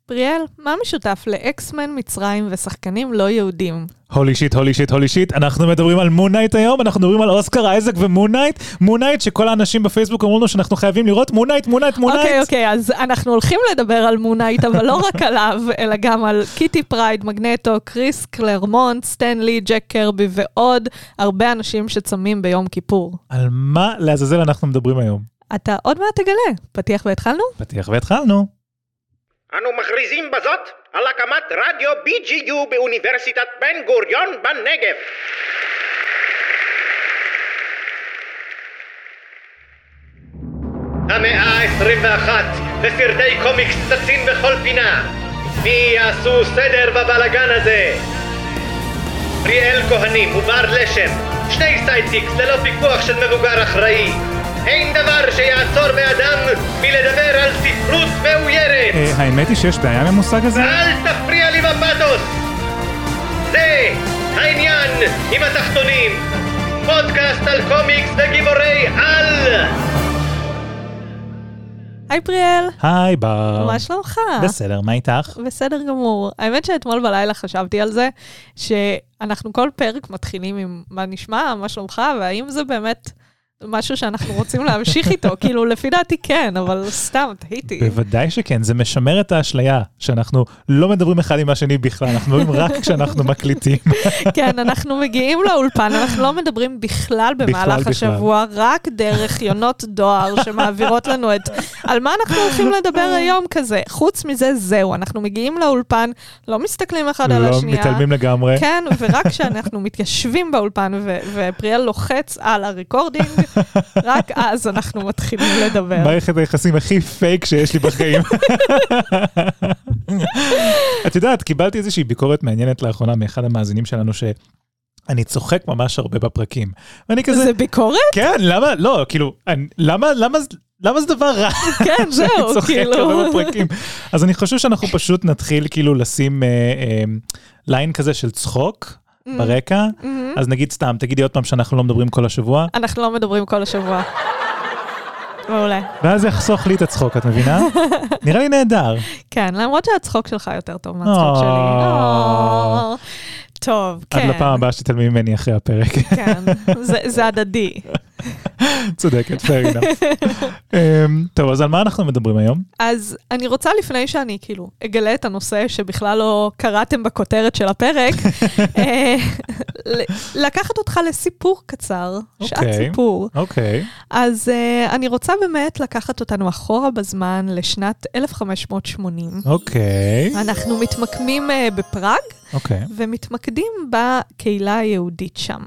פריאל, מה משותף לאקסמן, מצרים ושחקנים לא יהודים? הולי שיט, אנחנו מדברים על מונייט היום, אנחנו מדברים על אוסקר אייזק ומונייט, שכל האנשים בפייסבוק אמרו לנו שאנחנו חייבים לראות מונייט. אוקיי, אז אנחנו הולכים לדבר על מונייט, אבל לא רק עליו, אלא גם על קיטי פרייד, מגנטו, קריס קלרמונט, סטנלי, ג'ק קרבי ועוד הרבה אנשים שצמים ביום כיפור. על מה לעזאזל אנחנו מדברים היום? אתה עוד מעט תגלה. פתיח והתחלנו? אנו מכריזים בזאת על הקמת רדיו BGU באוניברסיטת בן גוריון בנגב. המאה ה-21 לסרטי קומיקס צצים בכל פינה. מי יעשו סדר בבלגן הזה? פריאל כהנים ובר לשם, שני סיידקיקס ללא פיקוח של מבוגר אחראי. אין דבר שיעצור מאדם מלדבר על ספרות מאוירת. האמת היא שיש בעיה ממושג הזה? אל תפריע לי בפאתוס. זה העניין עם התחתונים. פודקאסט על קומיקס וגיבורי על. היי פריאל. היי בר. מה שלומך? בסדר, מה איתך? בסדר גמור. האמת שאתמול בלילה חשבתי על זה, שאנחנו כל פרק מתחילים עם מה נשמע, מה שלומך, והאם זה באמת משהו שאנחנו רוצים להמשיך איתו, כאילו לפי דעתי כן, אבל סתם, תהיתי. בוודאי שכן, זה משמר את האשליה, שאנחנו לא מדברים אחד עם השני בכלל, אנחנו מדברים רק כשאנחנו מקליטים. כן, אנחנו מגיעים לאולפן, אנחנו לא מדברים בכלל במהלך השבוע, רק דרך יונות דואר שמעבירות לנו את, על מה אנחנו הולכים לדבר היום כזה. חוץ מזה, זהו, אנחנו מגיעים לאולפן, לא מסתכלים אחד על השנייה. לא מתעלמים לגמרי. כן, ורק כשאנחנו מתיישבים באולפן, ופריאל לוחץ על הריקורדינג, רק אז אנחנו מתחילים לדבר. מערכת היחסים הכי פייק שיש לי בחיים. את יודעת, קיבלתי איזושהי ביקורת מעניינת לאחרונה מאחד המאזינים שלנו שאני צוחק ממש הרבה בפרקים. ואני כזה... זה ביקורת? כן, למה? לא, כאילו, למה זה דבר רע? כן, זהו, כאילו. אני צוחק הרבה בפרקים. אז אני חושב שאנחנו פשוט נתחיל כאילו לשים ליין כזה של צחוק, ברקע, אז נגיד סתם, תגידי עוד פעם שאנחנו לא מדברים כל השבוע. אנחנו לא מדברים כל השבוע. מעולה. ואז יחסוך לי את הצחוק, את מבינה? נראה לי נהדר. כן, למרות שהצחוק שלך יותר טוב מהצחוק שלי. טוב, כן. עד לפעם הבאה שתלמי ממני אחרי הפרק. כן, זה הדדי. צודקת, fair enough. טוב, אז על מה אנחנו מדברים היום? אז אני רוצה לפני שאני כאילו אגלה את הנושא שבכלל לא קראתם בכותרת של הפרק, לקחת אותך לסיפור קצר, שעת סיפור. אוקיי. אז אני רוצה באמת לקחת אותנו אחורה בזמן לשנת 1580. אוקיי. אנחנו מתמקמים בפראג, ומתמקדים בקהילה היהודית שם.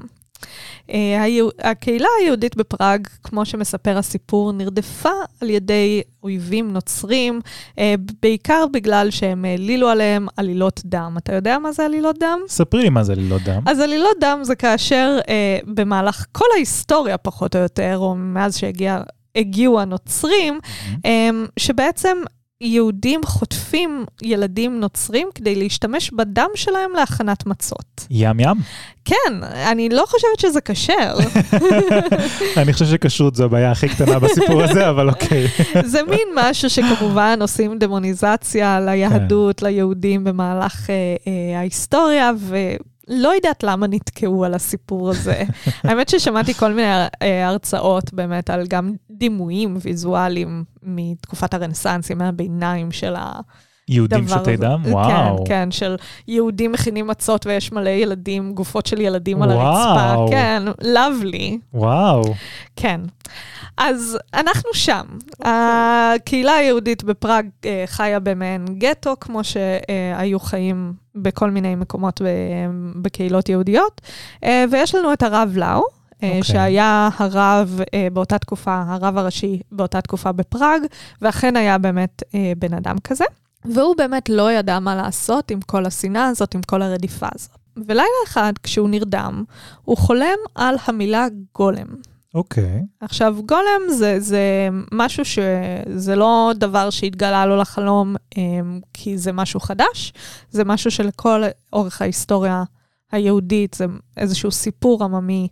הקהילה היהודית בפראג, כמו שמספר הסיפור, נרדפה על ידי אויבים נוצרים, בעיקר בגלל שהם העלילו עליהם עלילות דם. אתה יודע מה זה עלילות דם? ספרי לי מה זה עלילות דם. אז עלילות דם זה כאשר במהלך כל ההיסטוריה פחות או יותר, או מאז שהגיעו הנוצרים, שבעצם יהודים חוטפים ילדים נוצרים כדי להשתמש בדם שלהם להכנת מצות. ים. כן, אני לא חושבת שזה קשר. אני חושב שקשרות זו הבעיה הכי קטנה בסיפור הזה, אבל אוקיי. זה מין משהו שכמובן עושים דמוניזציה ליהדות, ליהודים במהלך ההיסטוריה, לא יודעת למה נתקעו על הסיפור הזה. האמת ששמעתי כל מיני הרצאות באמת על גם דימויים ויזואליים מתקופת הרנסנס, ימי הביניים של הדבר הזה. יהודים שותי דם? וואו. כן, של יהודים מכינים מצות ויש מלא ילדים, גופות של ילדים על הרצפה. כן, lovely. וואו. כן. אז אנחנו שם. הקהילה היהודית בפראג חיה במעין גטו, כמו שהיו חיים בכל מיני מקומות בקהילות יהודיות, ויש לנו את הרב לאו, שהיה הרב באותה תקופה, הרב הראשי באותה תקופה בפראג, ואכן היה באמת בן אדם כזה, והוא באמת לא ידע מה לעשות עם כל השנאה הזאת, עם כל הרדיפה הזאת. ולילה אחד, כשהוא נרדם, הוא חולם על המילה גולם. אוקיי. עכשיו, גולם זה משהו שזה לא דבר שהתגלה לו לחלום, כי זה משהו חדש, זה משהו שלכל אורך ההיסטוריה היהודית, זה איזשהו סיפור עממי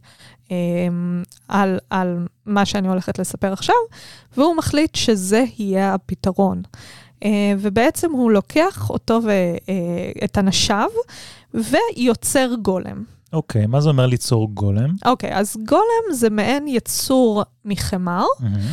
על מה שאני הולכת לספר עכשיו, והוא מחליט שזה יהיה הפתרון. ובעצם הוא לוקח אותו ואת אנשיו, ויוצר גולם. אוקיי, מה זה אומר ליצור גולם? אוקיי, אז גולם זה מעין יצור מחמר,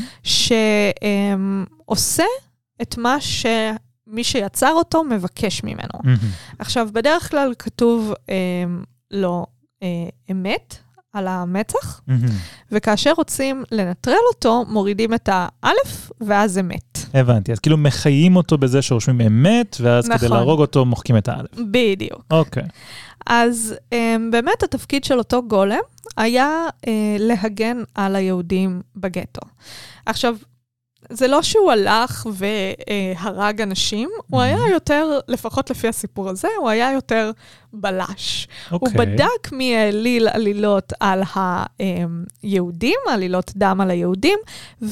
שעושה את מה שמי שיצר אותו מבקש ממנו. עכשיו, בדרך כלל כתוב לו אמת על המצח, וכאשר רוצים לנטרל אותו, מורידים את האלף, ואז אמת. הבנתי, אז כאילו מחיים אותו בזה שרושמים אמת, ואז כדי להרוג אותו מוחקים את האלף. בדיוק. אוקיי. אז באמת התפקיד של אותו גולם היה להגן על היהודים בגטו. עכשיו, זה לא שהוא הלך והרג אנשים, הוא היה יותר, לפחות לפי הסיפור הזה, הוא היה יותר בלש. הוא בדק מי העליל עלילות על היהודים, עלילות דם על היהודים,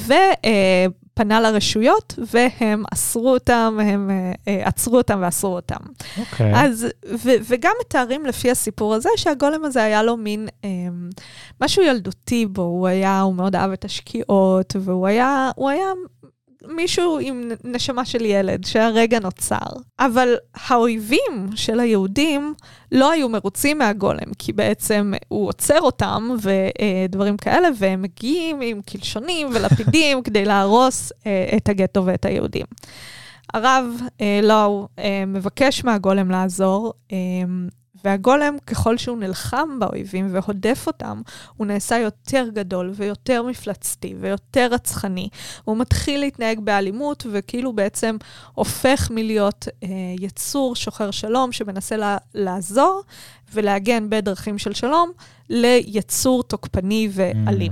פנה לרשויות, והם אסרו אותם, הם עצרו אותם ואסרו אותם. אז, וגם מתארים לפי הסיפור הזה, שהגולם הזה היה לו מין משהו ילדותי בו, הוא מאוד אהב את השקיעות, והוא היה מישהו עם נשמה של ילד, שהרגע נוצר. אבל האויבים של היהודים לא היו מרוצים מהגולם, כי בעצם הוא עוצר אותם ודברים כאלה, והם מגיעים עם קלשונים ולפידים כדי להרוס את הגטו ואת היהודים. הרב לא מבקש מהגולם לעזור, והגולם, ככל שהוא נלחם באויבים והודף אותם, הוא נעשה יותר גדול ויותר מפלצתי ויותר רצחני. הוא מתחיל להתנהג באלימות, וכאילו בעצם הופך מלהיות יצור שוחר שלום, שמנסה לעזור ולהגן בדרכים של שלום, ליצור תוקפני ואלים.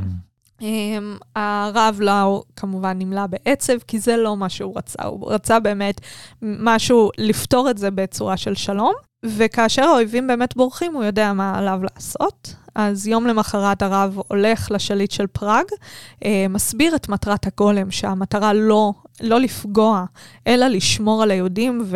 הרב לאו כמובן נמלה בעצב, כי זה לא מה שהוא רצה. הוא רצה באמת משהו לפתור את זה בצורה של שלום, וכאשר האויבים באמת בורחים, הוא יודע מה עליו לעשות. אז יום למחרת הרב הולך לשליט של פראג, מסביר את מטרת הגולם, שהמטרה לא לפגוע, אלא לשמור על היהודים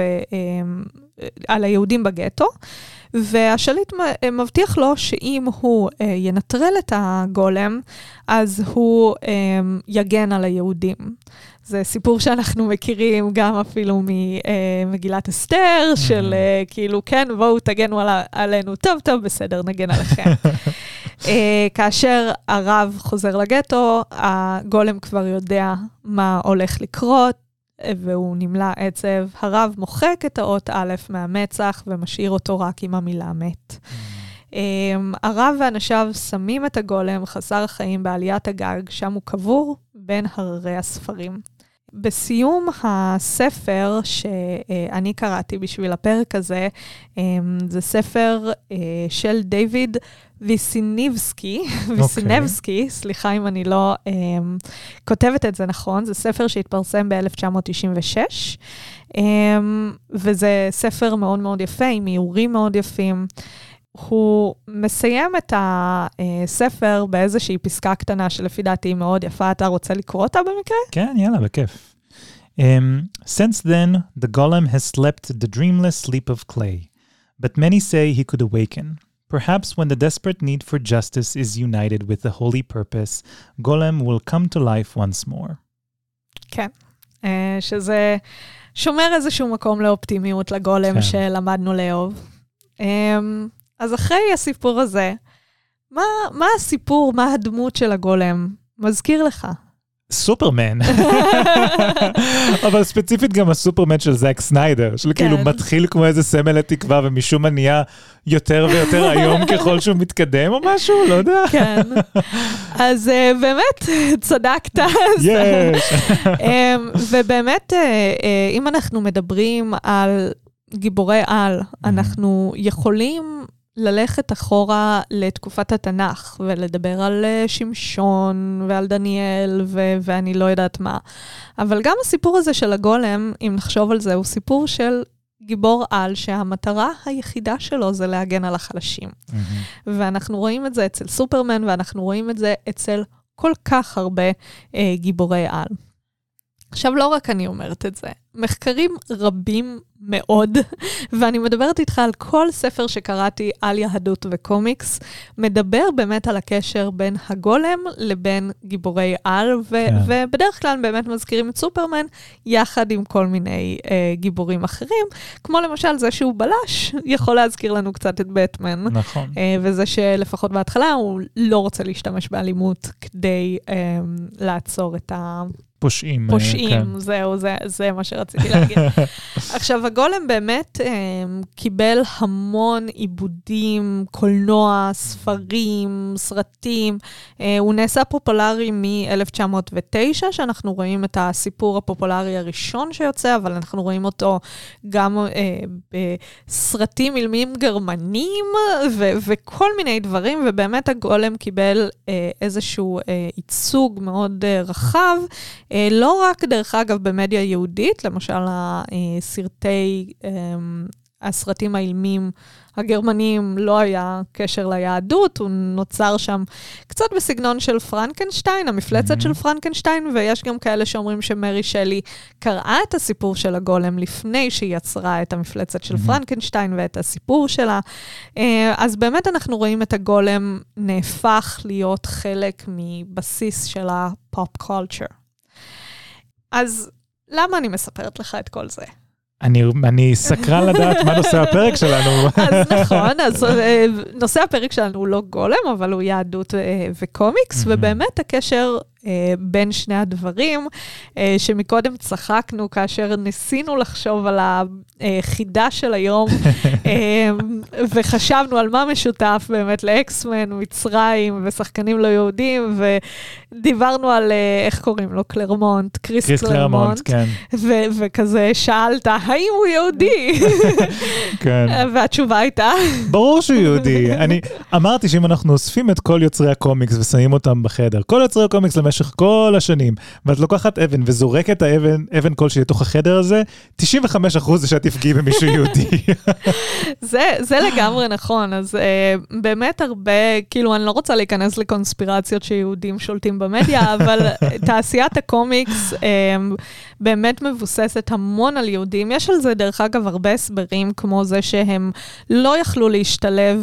על היהודים בגטו, והשליט מבטיח לו שאם הוא ינטרל את הגולם, אז הוא יגן על היהודים. זה סיפור שאנחנו מכירים גם אפילו ממגילת אסתר, של כאילו, כן, בואו תגנו עלינו, טוב, בסדר, נגן עליכם. כאשר הרב חוזר לגטו, הגולם כבר יודע מה הולך לקרות, והוא נמלא עצב. הרב מוחק את האות א' מהמצח, ומשאיר אותו רק עם המילה מת. הרב ואנשיו שמים את הגולם חסר החיים בעליית הגג, שם הוא קבור בין הררי הספרים. בסיום הספר שאני קראתי בשביל הפרק הזה, זה ספר של דיוויד ויסינבסקי, סליחה אם אני לא כותבת את זה נכון, זה ספר שהתפרסם ב-1996, וזה ספר מאוד מאוד יפה, עם איורים מאוד יפים. הוא מסיים את הספר באיזושהי פסקה קטנה שלפי דעתי מאוד יפה. אתה רוצה לקרוא אותה במקרה? כן, יאללה, בכיף. Since then, the golem has slept the dreamless sleep of clay, but many say he could awaken. Perhaps when the desperate need for justice is united with the holy purpose, golem will come to life once more. כן, שזה שומר איזשהו מקום לאופטימיות לגולם שלמדנו לאהוב. אז אחרי הסיפור הזה, מה הסיפור, מה הדמות של הגולם? מזכיר לך. סופרמן. אבל ספציפית גם הסופרמן של זאק סניידר, של כאילו מתחיל כמו איזה סמל לתקווה, ומשום מה נהיה יותר ויותר היום ככל שהוא מתקדם או משהו, לא יודע. כן. אז באמת צדקת. ובאמת, אם אנחנו מדברים על גיבורי על, אנחנו יכולים ללכת אחורה לתקופת התנ"ך, ולדבר על שמשון, ועל דניאל, ואני לא יודעת מה. אבל גם הסיפור הזה של הגולם, אם נחשוב על זה, הוא סיפור של גיבור על, שהמטרה היחידה שלו זה להגן על החלשים. ואנחנו רואים את זה אצל סופרמן, ואנחנו רואים את זה אצל כל כך הרבה גיבורי על. עכשיו, לא רק אני אומרת את זה, מחקרים רבים מאוד, ואני מדברת איתך על כל ספר שקראתי על יהדות וקומיקס, מדבר באמת על הקשר בין הגולם לבין גיבורי על, ובדרך כלל באמת מזכירים את סופרמן, יחד עם כל מיני גיבורים אחרים, כמו למשל זה שהוא בלש, יכול להזכיר לנו קצת את בטמן. נכון. וזה שלפחות בהתחלה הוא לא רוצה להשתמש באלימות כדי לעצור את פושעים. פושעים, זהו, זה מה שרציתי להגיד. עכשיו, הגולם באמת קיבל המון עיבודים, קולנוע, ספרים, סרטים. הוא נעשה פופולרי מ-1909, שאנחנו רואים את הסיפור הפופולרי הראשון שיוצא, אבל אנחנו רואים אותו גם בסרטים אילמים גרמנים, וכל מיני דברים, ובאמת הגולם קיבל איזשהו ייצוג מאוד רחב, לא רק דרך אגב במדיה יהודית, למשל הסרטים האילמים הגרמנים לא היה קשר ליהדות, הוא נוצר שם קצת בסגנון של פרנקנשטיין, המפלצת של פרנקנשטיין, ויש גם כאלה שאומרים שמרי שלי קראה את הסיפור של הגולם לפני שהיא יצרה את המפלצת של פרנקנשטיין ואת הסיפור שלה. אז באמת אנחנו רואים את הגולם נהפך להיות חלק מבסיס של הפופ קולצ'ר. אז למה אני מספרת לך את כל זה? אני סקרן לדעת מה נושא הפרק שלנו. אז נכון, אז נושא הפרק שלנו הוא לא גולם, אבל הוא יהדות וקומיקס, ובאמת הקשר בין שני הדברים, שמקודם צחקנו כאשר ניסינו לחשוב על החידה של היום, וחשבנו על מה משותף באמת לאקסמן, מצרים ושחקנים לא יהודים, ודיברנו על, איך קוראים לו? קלרמונט, קריס קלרמונט, כן. וכזה שאלת, האם הוא יהודי? כן. והתשובה הייתה? ברור שהוא יהודי. אני אמרתי שאם אנחנו אוספים את כל יוצרי הקומיקס ושמים אותם בחדר, כל יוצרי הקומיקס במשך כל השנים, ואת לוקחת אבן וזורקת אבן כלשהי לתוך החדר הזה, 95% זה שאת תפגעי במישהו יהודי. זה לגמרי נכון, אז באמת הרבה, כאילו אני לא רוצה להיכנס לקונספירציות שיהודים שולטים במדיה, אבל תעשיית הקומיקס באמת מבוססת המון על יהודים. יש על זה דרך אגב הרבה הסברים, כמו זה שהם לא יכלו להשתלב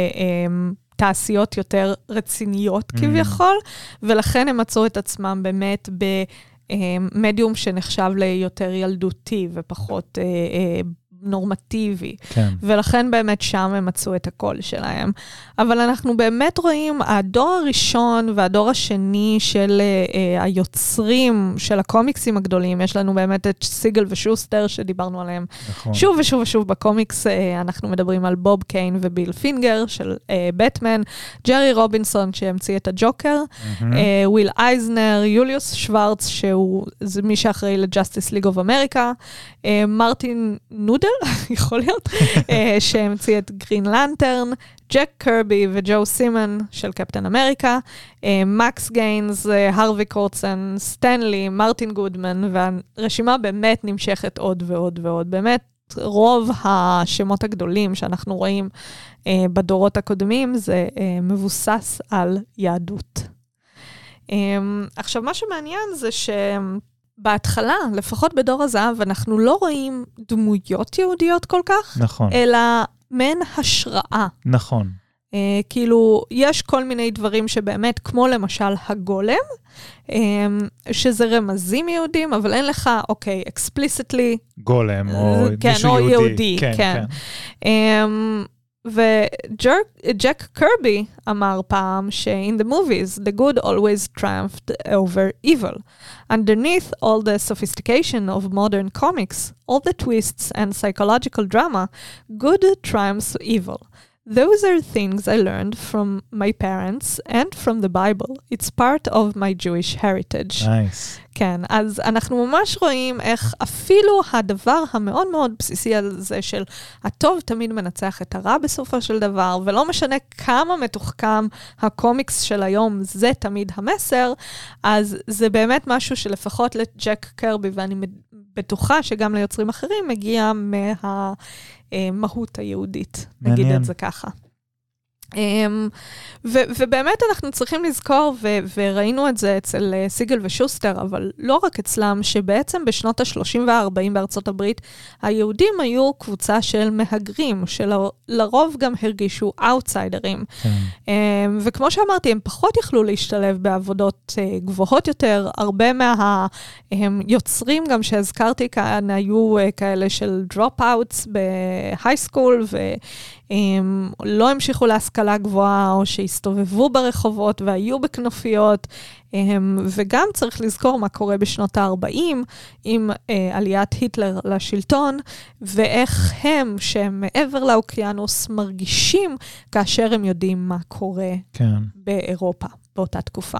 תעשיות יותר רציניות כביכול, ולכן הם מצאו את עצמם באמת במדיום שנחשב ליותר ילדותי ופחות נורמטיבי. כן. ולכן באמת שם הם מצאו את הקול שלהם. אבל אנחנו באמת רואים, הדור הראשון והדור השני של היוצרים של הקומיקסים הגדולים, יש לנו באמת את סיגל ושוסטר שדיברנו עליהם. נכון. שוב ושוב ושוב בקומיקס, אנחנו מדברים על בוב קיין וביל פינגר של בטמן, ג'רי רובינסון שהמציא את הג'וקר, וויל אייזנר, יוליוס שוורץ, שהוא מי שאחראי לג'סטיס ליג אוף אמריקה, מרטין נודל, יכול להיות, שהמציא את גרין לנטרן, ג'ק קרבי וג'ו סימן של קפטן אמריקה, מקס גיינס, הרווי קורטסון, סטנלי, מרטין גודמן, והרשימה באמת נמשכת עוד ועוד ועוד. באמת, רוב השמות הגדולים שאנחנו רואים בדורות הקודמים, זה מבוסס על יהדות. עכשיו, מה שמעניין זה בהתחלה, לפחות בדור הזהב, אנחנו לא רואים דמויות יהודיות כל כך, נכון. אלא מעין השראה. נכון. כאילו, יש כל מיני דברים שבאמת, כמו למשל הגולם, שזה רמזים יהודים, אבל אין לך, אוקיי, explicitly. גולם, או כן, מישהו או יהודי. יהודי, כן. וג'ק קרבי אמר פעם ש-in the movies, the good always triumphed over evil. Underneath all the sophistication of modern comics, all the twists and psychological drama, good triumphs evil. Those are things I learned from my parents and from the Bible. It's part of my Jewish heritage. Nice. כן, אז אנחנו ממש רואים איך אפילו הדבר המאוד מאוד בסיסי על זה של הטוב תמיד מנצח את הרע בסופו של דבר, ולא משנה כמה מתוחכם הקומיקס של היום, זה תמיד המסר, אז זה באמת משהו שלפחות לג'ק קרבי, ואני בטוחה שגם ליוצרים אחרים, מגיע מהמהות היהודית. נגיד את זה ככה. ובאמת אנחנו צריכים לזכור, וראינו את זה אצל סיגל ושוסטר, אבל לא רק אצלם, שבעצם בשנות ה-30 וה-40 בארצות הברית, היהודים היו קבוצה של מהגרים, שלרוב גם הרגישו אאוטסיידרים. וכמו שאמרתי, הם פחות יכלו להשתלב בעבודות גבוהות יותר, הרבה מהיוצרים גם שהזכרתי כאן, היו כאלה של דרופ-אוטס בהייסקול, לא המשיכו להשכלה גבוהה, או שהסתובבו ברחובות והיו בכנופיות, וגם צריך לזכור מה קורה בשנות ה-40, עם עליית היטלר לשלטון, ואיך הם, שהם מעבר לאוקיינוס, מרגישים כאשר הם יודעים מה קורה באירופה, באותה תקופה.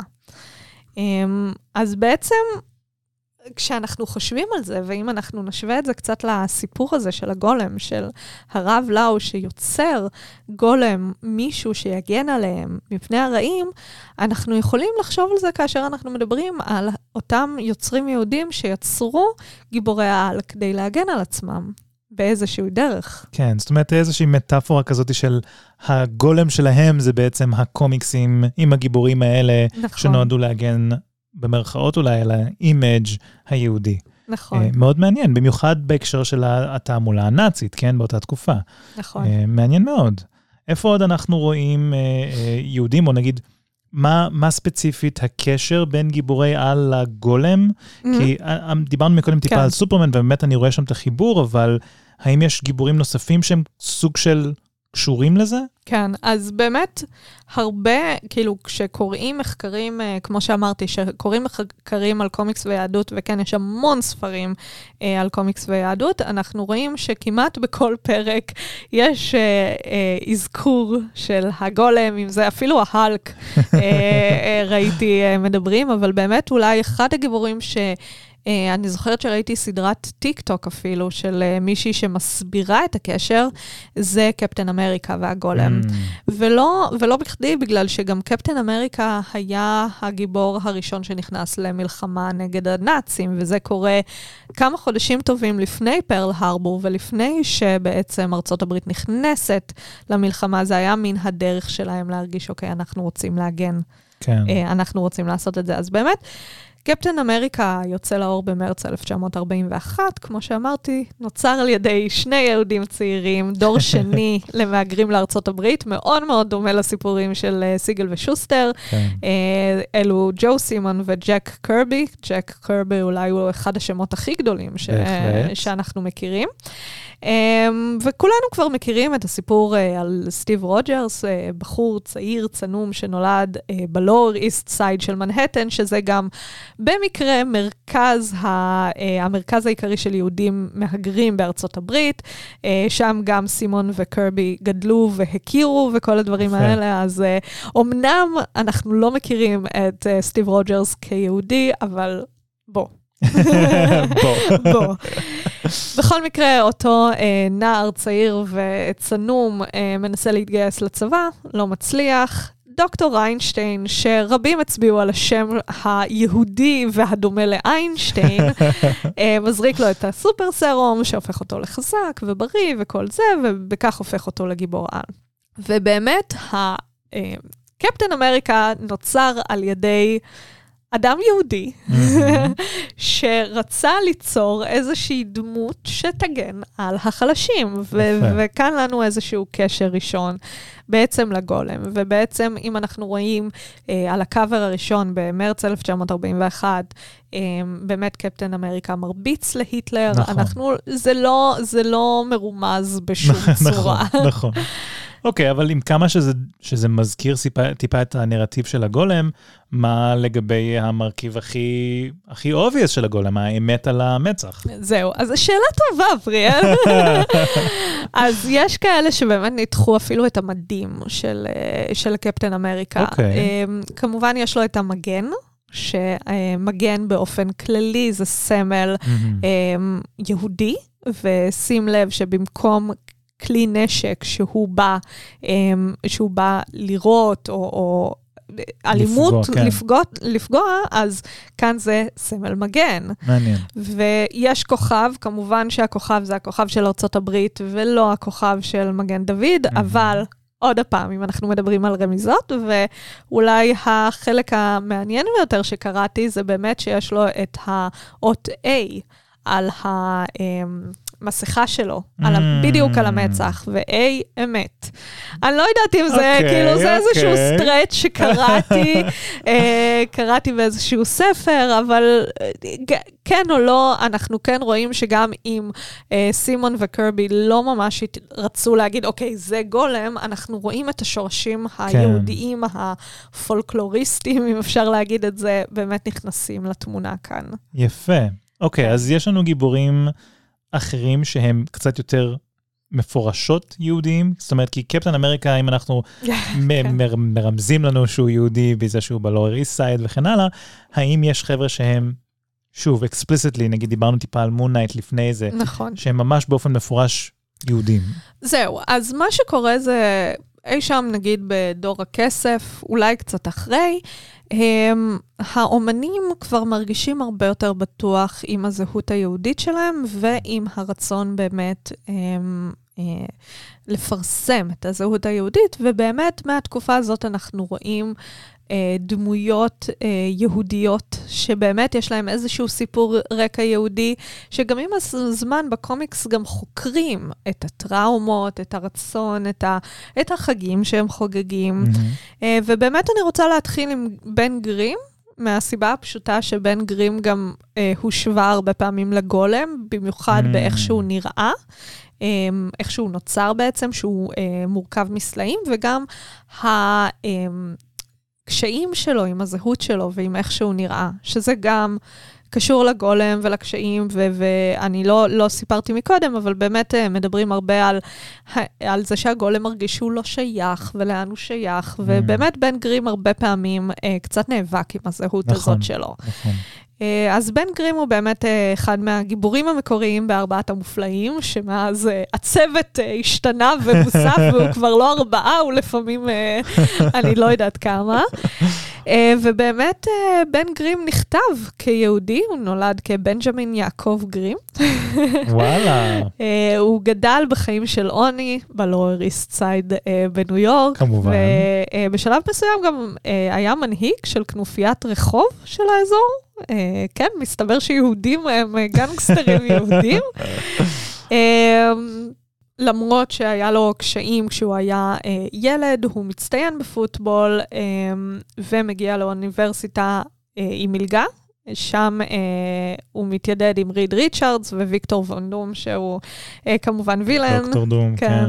אז בעצם, כשאנחנו חושבים על זה, ואם אנחנו נשווה את זה קצת לסיפור הזה של הגולם, של הרב לאו שיוצר גולם, מישהו שיגן עליהם מפני הרעים, אנחנו יכולים לחשוב על זה כאשר אנחנו מדברים על אותם יוצרים יהודים שיצרו גיבורי העל כדי להגן על עצמם באיזשהו דרך. כן, זאת אומרת איזושהי מטאפורה כזאת של הגולם שלהם, זה בעצם הקומיקסים עם הגיבורים האלה, נכון. שנועדו להגן במרכאות אולי על האימג' היהודי. נכון. מאוד מעניין, במיוחד בהקשר של התעמולה הנאצית, כן, באותה תקופה. נכון. מעניין מאוד. איפה עוד אנחנו רואים יהודים, או נגיד, מה ספציפית הקשר בין גיבורי על לגולם? כי דיברנו מקודם טיפה על סופרמן, ובאמת אני רואה שם את החיבור, אבל האם יש גיבורים נוספים שהם סוג של קשורים לזה? כן, אז באמת הרבה, כאילו כשקוראים מחקרים, כמו שאמרתי, שקוראים מחקרים על קומיקס ויהדות, וכן יש המון ספרים על קומיקס ויהדות, אנחנו רואים שכמעט בכל פרק יש אזכור של הגולם, אם זה אפילו ההלק, ראיתי מדברים, אבל באמת אולי אחד הגיבורים אני זוכרת שראיתי סדרת טיק טוק אפילו, של מישהי שמסבירה את הקשר, זה קפטן אמריקה והגולם. ולא בכדי, בגלל שגם קפטן אמריקה היה הגיבור הראשון שנכנס למלחמה נגד הנאצים, וזה קורה כמה חודשים טובים לפני פרל הרבור, ולפני שבעצם ארצות הברית נכנסת למלחמה, זה היה מן הדרך שלהם להרגיש, אוקיי, אנחנו רוצים להגן. כן. אנחנו רוצים לעשות את זה. אז באמת, קפטן אמריקה יוצא לאור במרץ 1941, כמו שאמרתי, נוצר על ידי שני יהודים צעירים, דור שני למהגרים לארצות הברית, מאוד מאוד דומה לסיפורים של סיגל ושוסטר. אלו ג'ו סימון וג'ק קרבי. ג'ק קרבי אולי הוא אחד השמות הכי גדולים שאנחנו מכירים. וכולנו כבר מכירים את הסיפור על סטיב רוג'רס, בחור צעיר, צנום, שנולד בלואור איסט סייד של מנהטן, שזה גם במקרה המרכז העיקרי של יהודים מהגרים בארצות הברית, שם גם סימון וקרבי גדלו והכירו וכל הדברים האלה, אז אומנם אנחנו לא מכירים את סטיב רוג'רס כיהודי, אבל בוא. בוא. בכל מקרה, אותו נער צעיר וצנום מנסה להתגייס לצבא, לא מצליח. דוקטור איינשטיין, שרבים הצביעו על השם היהודי והדומה לאיינשטיין, מזריק לו את הסופר סרום, שהופך אותו לחזק ובריא וכל זה, ובכך הופך אותו לגיבור על. ובאמת, קפטן אמריקה נוצר על ידי אדם יהודי, שרצה ליצור איזושהי דמות שתגן על החלשים, וכאן לנו איזשהו קשר ראשון בעצם לגולם, ובעצם אם אנחנו רואים על הקאבר הראשון במרץ 1941, באמת קפטן אמריקה מרביץ להיטלר, זה לא מרומז בשום צורה. נכון. אוקיי, אבל עם כמה שזה מזכיר טיפה את הנרטיב של הגולם, מה לגבי המרכיב הכי obvious של הגולם, האמת על המצח? זהו, אז השאלה טובה, פריאל. אז יש כאלה שבאמת ניתחו אפילו את המדים של קפטן אמריקה. כמובן יש לו את המגן, שמגן באופן כללי זה סמל יהודי, ושים לב שבמקום כלי נשק שהוא בא לראות, או אלימות לפגוע, אז כאן זה סמל מגן. מעניין. ויש כוכב, כמובן שהכוכב זה הכוכב של ארצות הברית, ולא הכוכב של מגן דוד, אבל עוד הפעם, אם אנחנו מדברים על רמיזות, ואולי החלק המעניין ביותר שקראתי, זה באמת שיש לו את האות A על המסכה שלו, בדיוק על המצח, ו-A אמת. אני לא יודעת אם זה, כאילו זה איזשהו סטרץ' שקראתי, קראתי באיזשהו ספר, אבל כן או לא, אנחנו כן רואים שגם אם סימון וקרבי לא ממש רצו להגיד, אוקיי, זה גולם, אנחנו רואים את השורשים היהודיים, הפולקלוריסטיים, אם אפשר להגיד את זה, באמת נכנסים לתמונה כאן. יפה. אוקיי, אז יש לנו גיבורים אחרים שהם קצת יותר מפורשות יהודיים, זאת אומרת, כי קפטן אמריקה, אם אנחנו מרמזים לנו שהוא יהודי, בזה שהוא בלואר איסט סייד וכן הלאה, האם יש חבר'ה שהם, שוב, explicitly, נגיד דיברנו טיפה על מון נייט לפני זה, נכון. שהם ממש באופן מפורש יהודים. זהו, אז מה שקורה זה, אי שם נגיד בדור הכסף, אולי קצת אחרי, האומנים כבר מרגישים הרבה יותר בטוח עם הזהות היהודית שלהם, ועם הרצון באמת לפרסם את הזהות היהודית, ובאמת מהתקופה הזאת אנחנו רואים דמויות יהודיות, שבאמת יש להם איזשהו סיפור רקע יהודי, שגם עם הזמן בקומיקס גם חוקרים את הטראומות, את הרצון, את החגים שהם חוגגים. ובאמת אני רוצה להתחיל עם בן גרים, מהסיבה הפשוטה שבן גרים גם הושווה הרבה פעמים לגולם, במיוחד באיך שהוא נראה, איך שהוא נוצר בעצם, שהוא מורכב מסלעים, וגם הקשיים שלו עם הזהות שלו ועם איך שהוא נראה, שזה גם קשור לגולם ולקשיים, ואני לא סיפרתי מקודם, אבל באמת מדברים הרבה על זה שהגולם מרגיש שהוא לא שייך, ולאן הוא שייך, ובאמת בן גרים הרבה פעמים קצת נאבק עם הזהות הזאת שלו. אז בן גרים הוא באמת אחד מהגיבורים המקוריים בארבעת המופלאים, שמאז הצוות השתנה ומוסף, והוא כבר לא 4, הוא לפעמים, אני לא יודעת כמה. ובאמת בן גרים נכתב כיהודי, הוא נולד כבנג'מין יעקב גרים. וואלה. הוא גדל בחיים של עוני, בלואר איסט סייד בניו יורק. כמובן. ובשלב מסוים גם היה מנהיג של כנופיית רחוב של האזור. כן, מסתבר שיהודים הם גנגסטרים יהודים. למרות שהיה לו קשיים כשהוא היה ילד, הוא מצטיין בפוטבול, ומגיע לאוניברסיטה עם מלגה. שם הוא מתיידד עם ריד ריצ'רדס וויקטור ון דום, שהוא כמובן וילן. דוקטור דום, כן.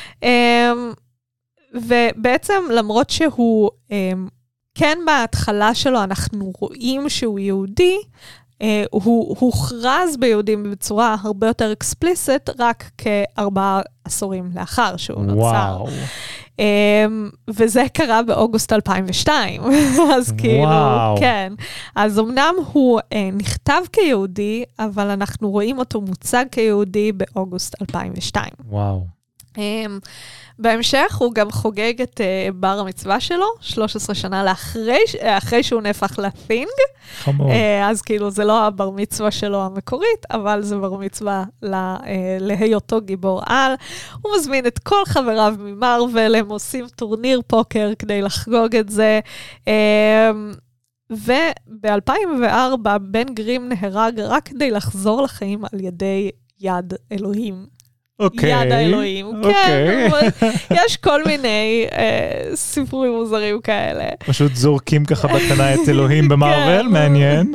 ובעצם למרות שהוא, כן בהתחלה שלו אנחנו רואים שהוא יהודי, הוא הוכרז ביהודים בצורה הרבה יותר אקספליסט, רק כ4 עשורים לאחר שהוא נוצר. וואו. וזה קרה באוגוסט 2002. אז כאילו, כן. אז אמנם הוא נכתב כיהודי, אבל אנחנו רואים אותו מוצג כיהודי באוגוסט 2002. וואו. בהמשך הוא גם חוגג את בר המצווה שלו, 13 שנה אחרי שהוא נהפך לת'ינג. חמור. אז כאילו זה לא הבר מצווה שלו המקורית, אבל זה בר מצווה להיותו גיבור על. הוא מזמין את כל חבריו ממרוול, הם עושים טורניר פוקר כדי לחגוג את זה. וב-2004 בן גרים נהרג רק כדי לחזור לחיים על ידי יד אלוהים. יד האלוהים, כן, יש כל מיני סיפורים מוזרים כאלה. פשוט זורקים ככה בקטנה את אלוהים במרוול, מעניין.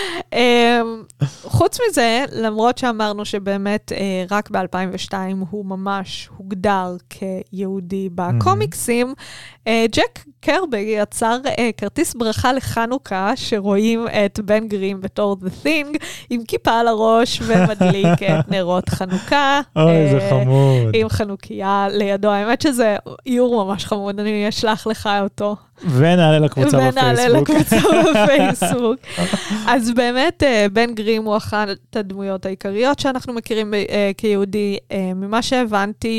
חוץ מזה, למרות שאמרנו שבאמת רק ב-2002 הוא ממש הוגדר כיהודי בקומיקסים, ג'ק קרבי יצר כרטיס ברכה לחנוכה, שרואים את בן גרים בתור The Thing, עם כיפה על הראש ומדליק את נרות חנוכה. אוי, זה חמוד. עם חנוכיה לידו. האמת שזה איור ממש חמוד, אני אשלח לך אותו. ונעלה לקבוצה בפייסבוק. אז באמת, בן גרים הוא אחת הדמויות העיקריות שאנחנו מכירים כיהודי. ממה שהבנתי,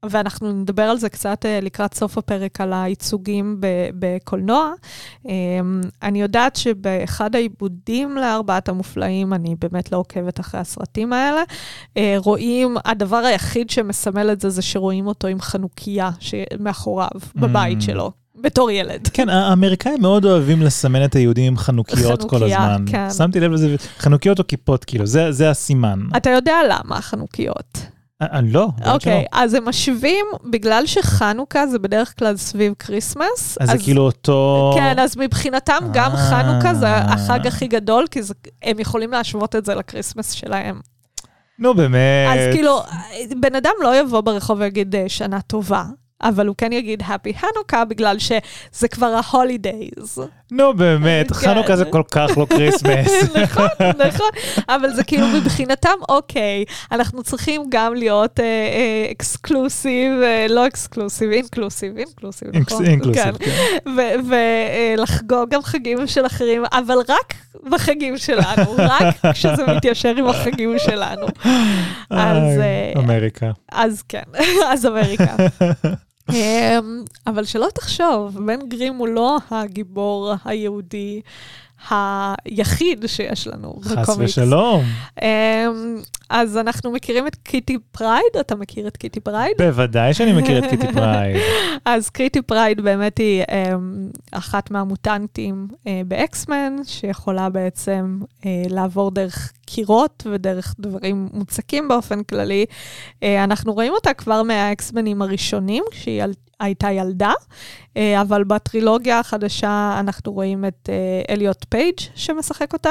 ואנחנו נדבר על זה קצת לקראת סוף הפרק, על הייצוגים בקולנוע. אני יודעת שבאחד העיבודים לארבעת המופלאים, אני באמת לא עוקבת אחרי הסרטים האלה, רואים, הדבר היחיד שמסמל את זה, זה שרואים אותו עם חנוכיה מאחוריו, בבית שלו. בתור ילד. כן, האמריקאים מאוד אוהבים לסמן את היהודים עם חנוכיות כל הזמן. כן. שמתי לב לזה, חנוכיות או כיפות, כאילו, זה הסימן. אתה יודע למה חנוכיות? לא. אוקיי, אז הם משווים, בגלל שחנוכה זה בדרך כלל סביב קריסמס. אז זה כאילו אותו... כן, אז מבחינתם גם חנוכה זה החג הכי גדול, כי הם יכולים להשוות את זה לקריסמס שלהם. נו, באמת. אז כאילו, בן אדם לא יבוא ברחוב ויגיד שנה טובה. אבל הוא כן יגיד Happy Hanukkah, בגלל שזה כבר ה-holidays. נו, באמת, חנוכה זה כל כך לא קריסמס. נכון, נכון. אבל זה כאילו מבחינתם, אוקיי, אנחנו צריכים גם להיות אקסקלוסיב, לא אקסקלוסיב, אינקלוסיב, נכון? אינקלוסיב, כן. ולחגוג גם חגים של אחרים, אבל רק בחגים שלנו, רק כשזה מתיישר עם החגים שלנו. אמריקה. אז כן, אז אמריקה. אבל שלא תחשוב, בן גרים הוא לא הגיבור היהודי היחיד שיש לנו בקומיקס. חס ושלום. אז אנחנו מכירים את קיטי פרייד, אתה מכיר את קיטי פרייד? בוודאי שאני מכיר את קיטי פרייד. אז קיטי פרייד באמת היא אחת מהמוטנטים באקסמן, שיכולה בעצם לעבור דרך קירות ודרך דברים מוצקים באופן כללי. אנחנו רואים אותה כבר מהאקסמנים הראשונים, כשהיא הייתה ילדה, אבל בטרילוגיה החדשה אנחנו רואים את אליוט פייג' שמשחק אותה.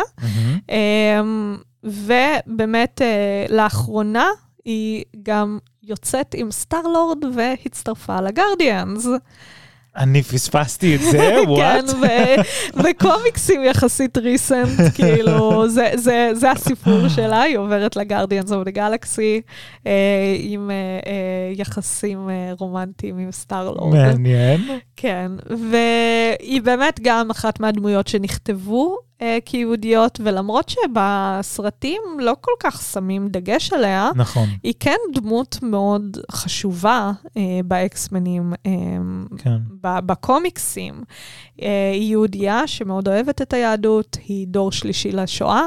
ובאמת לאחרונה היא גם יוצאת עם סטאר-לורד והצטרפה לגארדיאנס. אני פספסתי את זה, וואט? כן, וקומיקסים יחסית ריסנט, כאילו, זה הסיפור שלה, היא עוברת לגארדיאנס אוף דה גלקסי, עם יחסים רומנטיים עם סטאר-לורד. מעניין. כן, והיא באמת גם אחת מהדמויות שנכתבו כיהודיות, ולמרות שבסרטים לא כל כך שמים דגש עליה, נכון. היא כן דמות מאוד חשובה באקסמנים, כן. בקומיקסים. היא יהודייה שמאוד אוהבת את היהדות, היא דור שלישי לשואה.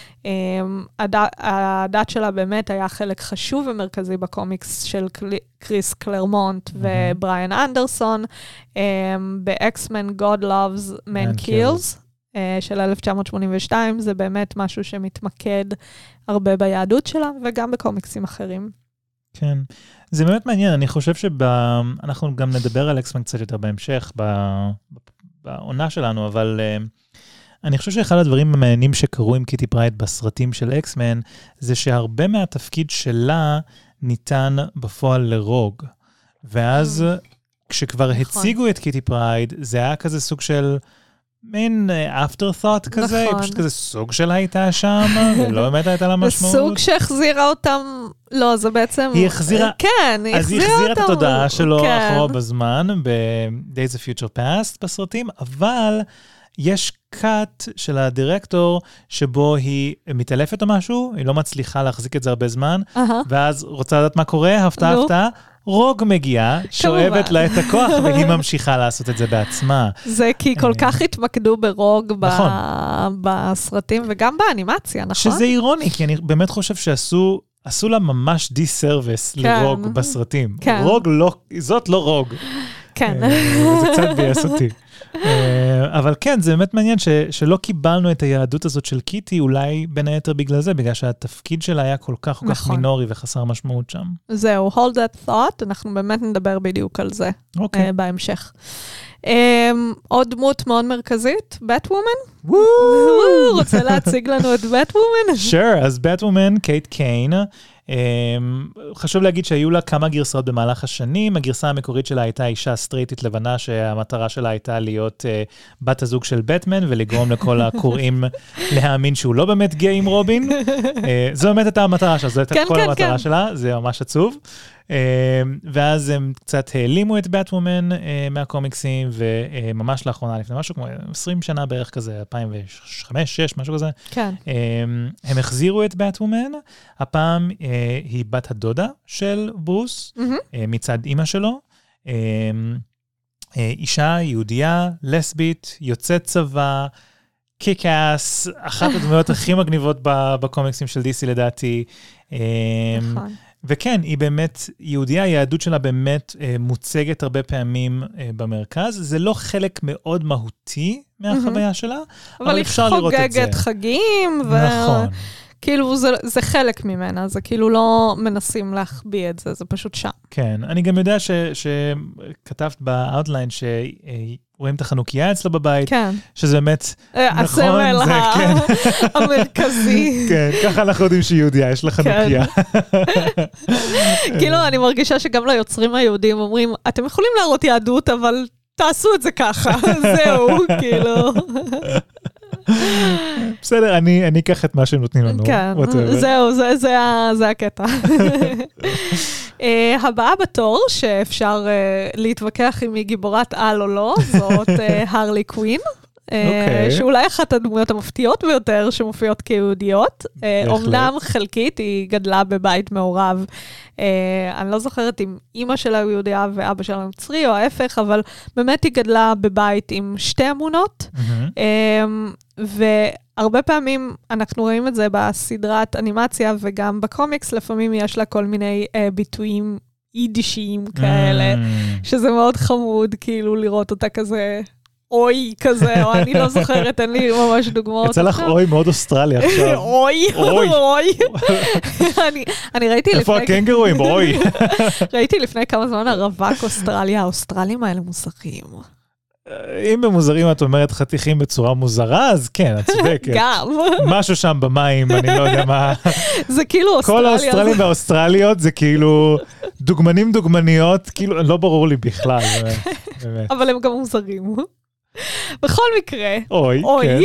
הדת שלה באמת היה חלק חשוב ומרכזי בקומיקס של קריס קלרמונט ובריאן אנדרסון, באקסמן God Loves Man Kills. של 1982, זה באמת משהו שמתמקד הרבה ביהדות שלה, וגם בקומיקסים אחרים. כן, זה באמת מעניין, אני חושב שאנחנו גם נדבר על אקסמן קצת יותר בהמשך, בעונה שלנו, אבל אני חושב שאחד הדברים המעניינים שקרו עם קיטי פרייד בסרטים של אקסמן, זה שהרבה מהתפקיד שלה ניתן בפועל לרוג, ואז כשכבר הציגו את קיטי פרייד, זה היה כזה סוג של... מין afterthought כזה, היא פשוט כזה סוג שלה הייתה שם, ולא באמת הייתה לה משמעות. זה סוג שהחזירה אותם, לא, זה בעצם... היא החזירה, כן, היא אז היא החזירה את התודעה שלו אחורה בזמן, ב-Days of Future Past בסרטים, אבל יש קאט של הדירקטור, שבו היא מתעלפת או משהו, היא לא מצליחה להחזיק את זה הרבה זמן, ואז רוצה לדעת מה קורה, הפתעה, רוג מגיעה, שואבת לה את הכוח, והיא ממשיכה לעשות את זה בעצמה. זה כי כל כך התמקדו ברוג בסרטים, וגם באנימציה, נכון? שזה אירוני, כי אני באמת חושב שעשו לה ממש דיסרוויס לרוג בסרטים. רוג לא, זאת לא רוג. כן. זה קצת ביאס אותי. אבל כן, זה באמת מעניין שלא קיבלנו את היהדות הזאת של קיטי, אולי בין היתר בגלל זה, בגלל שהתפקיד שלה היה כל כך מינורי וחסר משמעות שם. זהו, hold that thought, אנחנו באמת נדבר בדיוק על זה בהמשך. עוד דמות מאוד מרכזית, בטוומן? רוצה להציג לנו את בטוומן? Sure, אז בטוומן, קייט קיין, חשוב להגיד שהיו לה כמה גרסאות במהלך השנים, הגרסה המקורית שלה הייתה אישה סטרייטית לבנה, שהמטרה שלה הייתה להיות בת הזוג של בטמן, ולגרום לכל הקוראים להאמין שהוא לא באמת גיי עם רובין. זו באמת הייתה המטרה שלה, זו הייתה כל המטרה שלה, זה ממש עצוב. ואז הם קצת העלימו את באטוומן מהקומיקסים, וממש לאחרונה, לפני משהו כמו 20 שנה בערך כזה, 2005-2006, משהו כזה, כן. הם החזירו את באטוומן, הפעם היא בת הדודה של ברוס, מצד אמא שלו, אישה יהודייה, לסבית, יוצאת צבא, קיק-אס, אחת הדמויות הכי מגניבות בקומיקסים של DC לדעתי. נכון. וכן, היא באמת יהודייה, היהדות שלה באמת מוצגת הרבה פעמים במרכז. זה לא חלק מאוד מהותי מהחוויה שלה, אבל אפשר לראות את זה. אבל היא חוגגת חגים, נכון. כאילו זה חלק ממנה, זה כאילו לא מנסים להחביא את זה, זה פשוט שם. כן, אני גם יודע שכתבת באוטליין שרואים את החנוכיה אצלה בבית, כן. שזה באמת, הסמל המרכזי. כן, ככה אנחנו יודעים שהיא יהודיה, יש לה חנוכיה. כאילו, אני מרגישה שגם ליוצרים היהודים אומרים, אתם יכולים להראות יהדות, אבל תעשו את זה ככה, זהו, כאילו. בסדר, אני אקח את מה שהם נותנים לנו. כן, זהו, זה הקטע. הבאה בתור, שאפשר להתווכח אם היא גיבורת על או לא, זאת הרלי קווין. שאולי אחת הדמויות המפתיעות ביותר שמופיעות כיהודיות. אומנם חלקית, היא גדלה בבית מעורב. אני לא זוכרת אם אמא שלה הוא יהודיה ואבא שלה נוצרי, או ההפך, אבל באמת היא גדלה בבית עם שתי אמונות. והרבה פעמים אנחנו רואים את זה בסדרת אנימציה, וגם בקומיקס לפעמים יש לה כל מיני ביטויים יידישיים כאלה, שזה מאוד חמוד, כאילו לראות אותה כזה... אוי כזה, או אני לא זוכרת, אין לי ממש דוגמאות. יצא לך אוי מאוד אוסטרליה עכשיו. אוי, אוי. אני ראיתי לפני... איפה הקנגרואים? אוי. ראיתי לפני כמה זמן הרווק אוסטרליה, האוסטרלים האלה מוזרים. אם במוזרים את אומרת חתיכים בצורה מוזרה, אז כן, את צודקת. גם. משהו שם במים, אני לא יודע מה. זה כאילו אוסטרליה. כל האוסטרלים והאוסטרליות זה כאילו דוגמניות, כאילו לא ברור לי בכלל. אבל הם גם מוזרים. בכל מקרה. אוי, כן.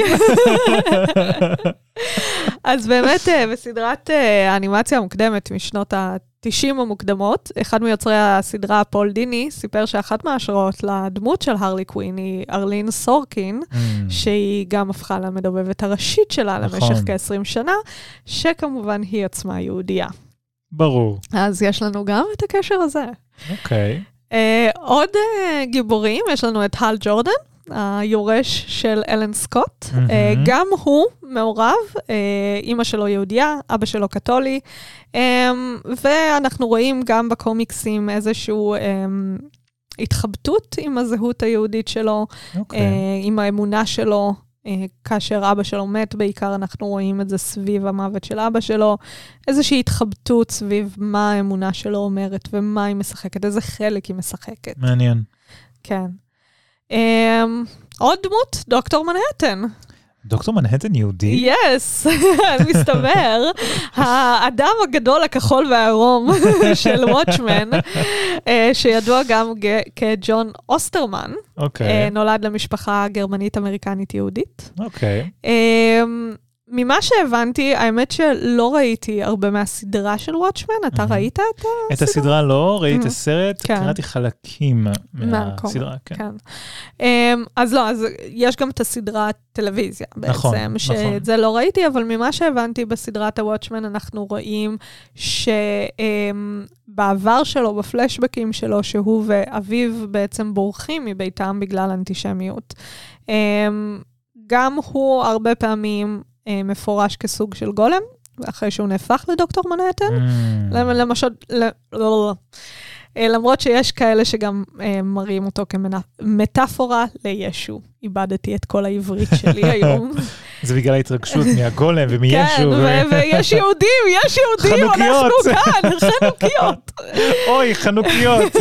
אז באמת, בסדרת האנימציה המוקדמת משנות ה-90 המוקדמות, אחד מיוצרי הסדרה, פול דיני, סיפר שאחת מההשראות לדמות של הרלי קווין היא ארלין סורקין, שהיא גם הפכה למדובבת הראשית שלה למשך כ-20 שנה, שכמובן היא עצמה יהודייה. ברור. אז יש לנו גם את הקשר הזה. אוקיי. עוד גיבורים, יש לנו את הל ג'ורדן, היורש של אלן סקוט. גם הוא מעורב, אמא שלו יהודיה, אבא שלו קתולי, ואנחנו רואים גם בקומיקסים איזשהו התחבטות עם הזהות היהודית שלו, עם האמונה שלו, כאשר אבא שלו מת, בעיקר אנחנו רואים את זה סביב המוות של אבא שלו, איזושהי התחבטות סביב מה האמונה שלו אומרת, ומה היא משחקת, איזה חלק היא משחקת. מעניין. כן. עוד דמות, דוקטור מנהטן. דוקטור מנהטן יהודי? יס, מסתבר. האדם הגדול, הכחול והעירום של וואטשמן, שידוע גם כג'ון אוסטרמן, נולד למשפחה גרמנית-אמריקנית יהודית. אוקיי. ממה שהבנתי, האמת שלא ראיתי הרבה מהסדרה של וואטשמן, אתה ראית את הסדרה? את הסדרה לא, ראיתי את הסרט, קראתי חלקים מהסדרה, כן. אז לא, אז יש גם את הסדרת טלוויזיה בעצם, שאת זה לא ראיתי, אבל ממה שהבנתי בסדרת הוואטשמן, אנחנו רואים שבעבר שלו, בפלשבקים שלו, שהוא ואביו בעצם בורחים מביתם בגלל אנטישמיות. גם הוא הרבה פעמים מפורש כסוג של גולם, אחרי שהוא נהפך לדוקטור מנהטן. למשל, למרות שיש כאלה שגם מראים אותו כמטאפורה לישו. איבדתי את כל העברית שלי היום. זה בגלל ההתרגשות מהגולם ומישו. כן, ויש יהודים, אנחנו כאן, חנוכיות. אוי, חנוכיות.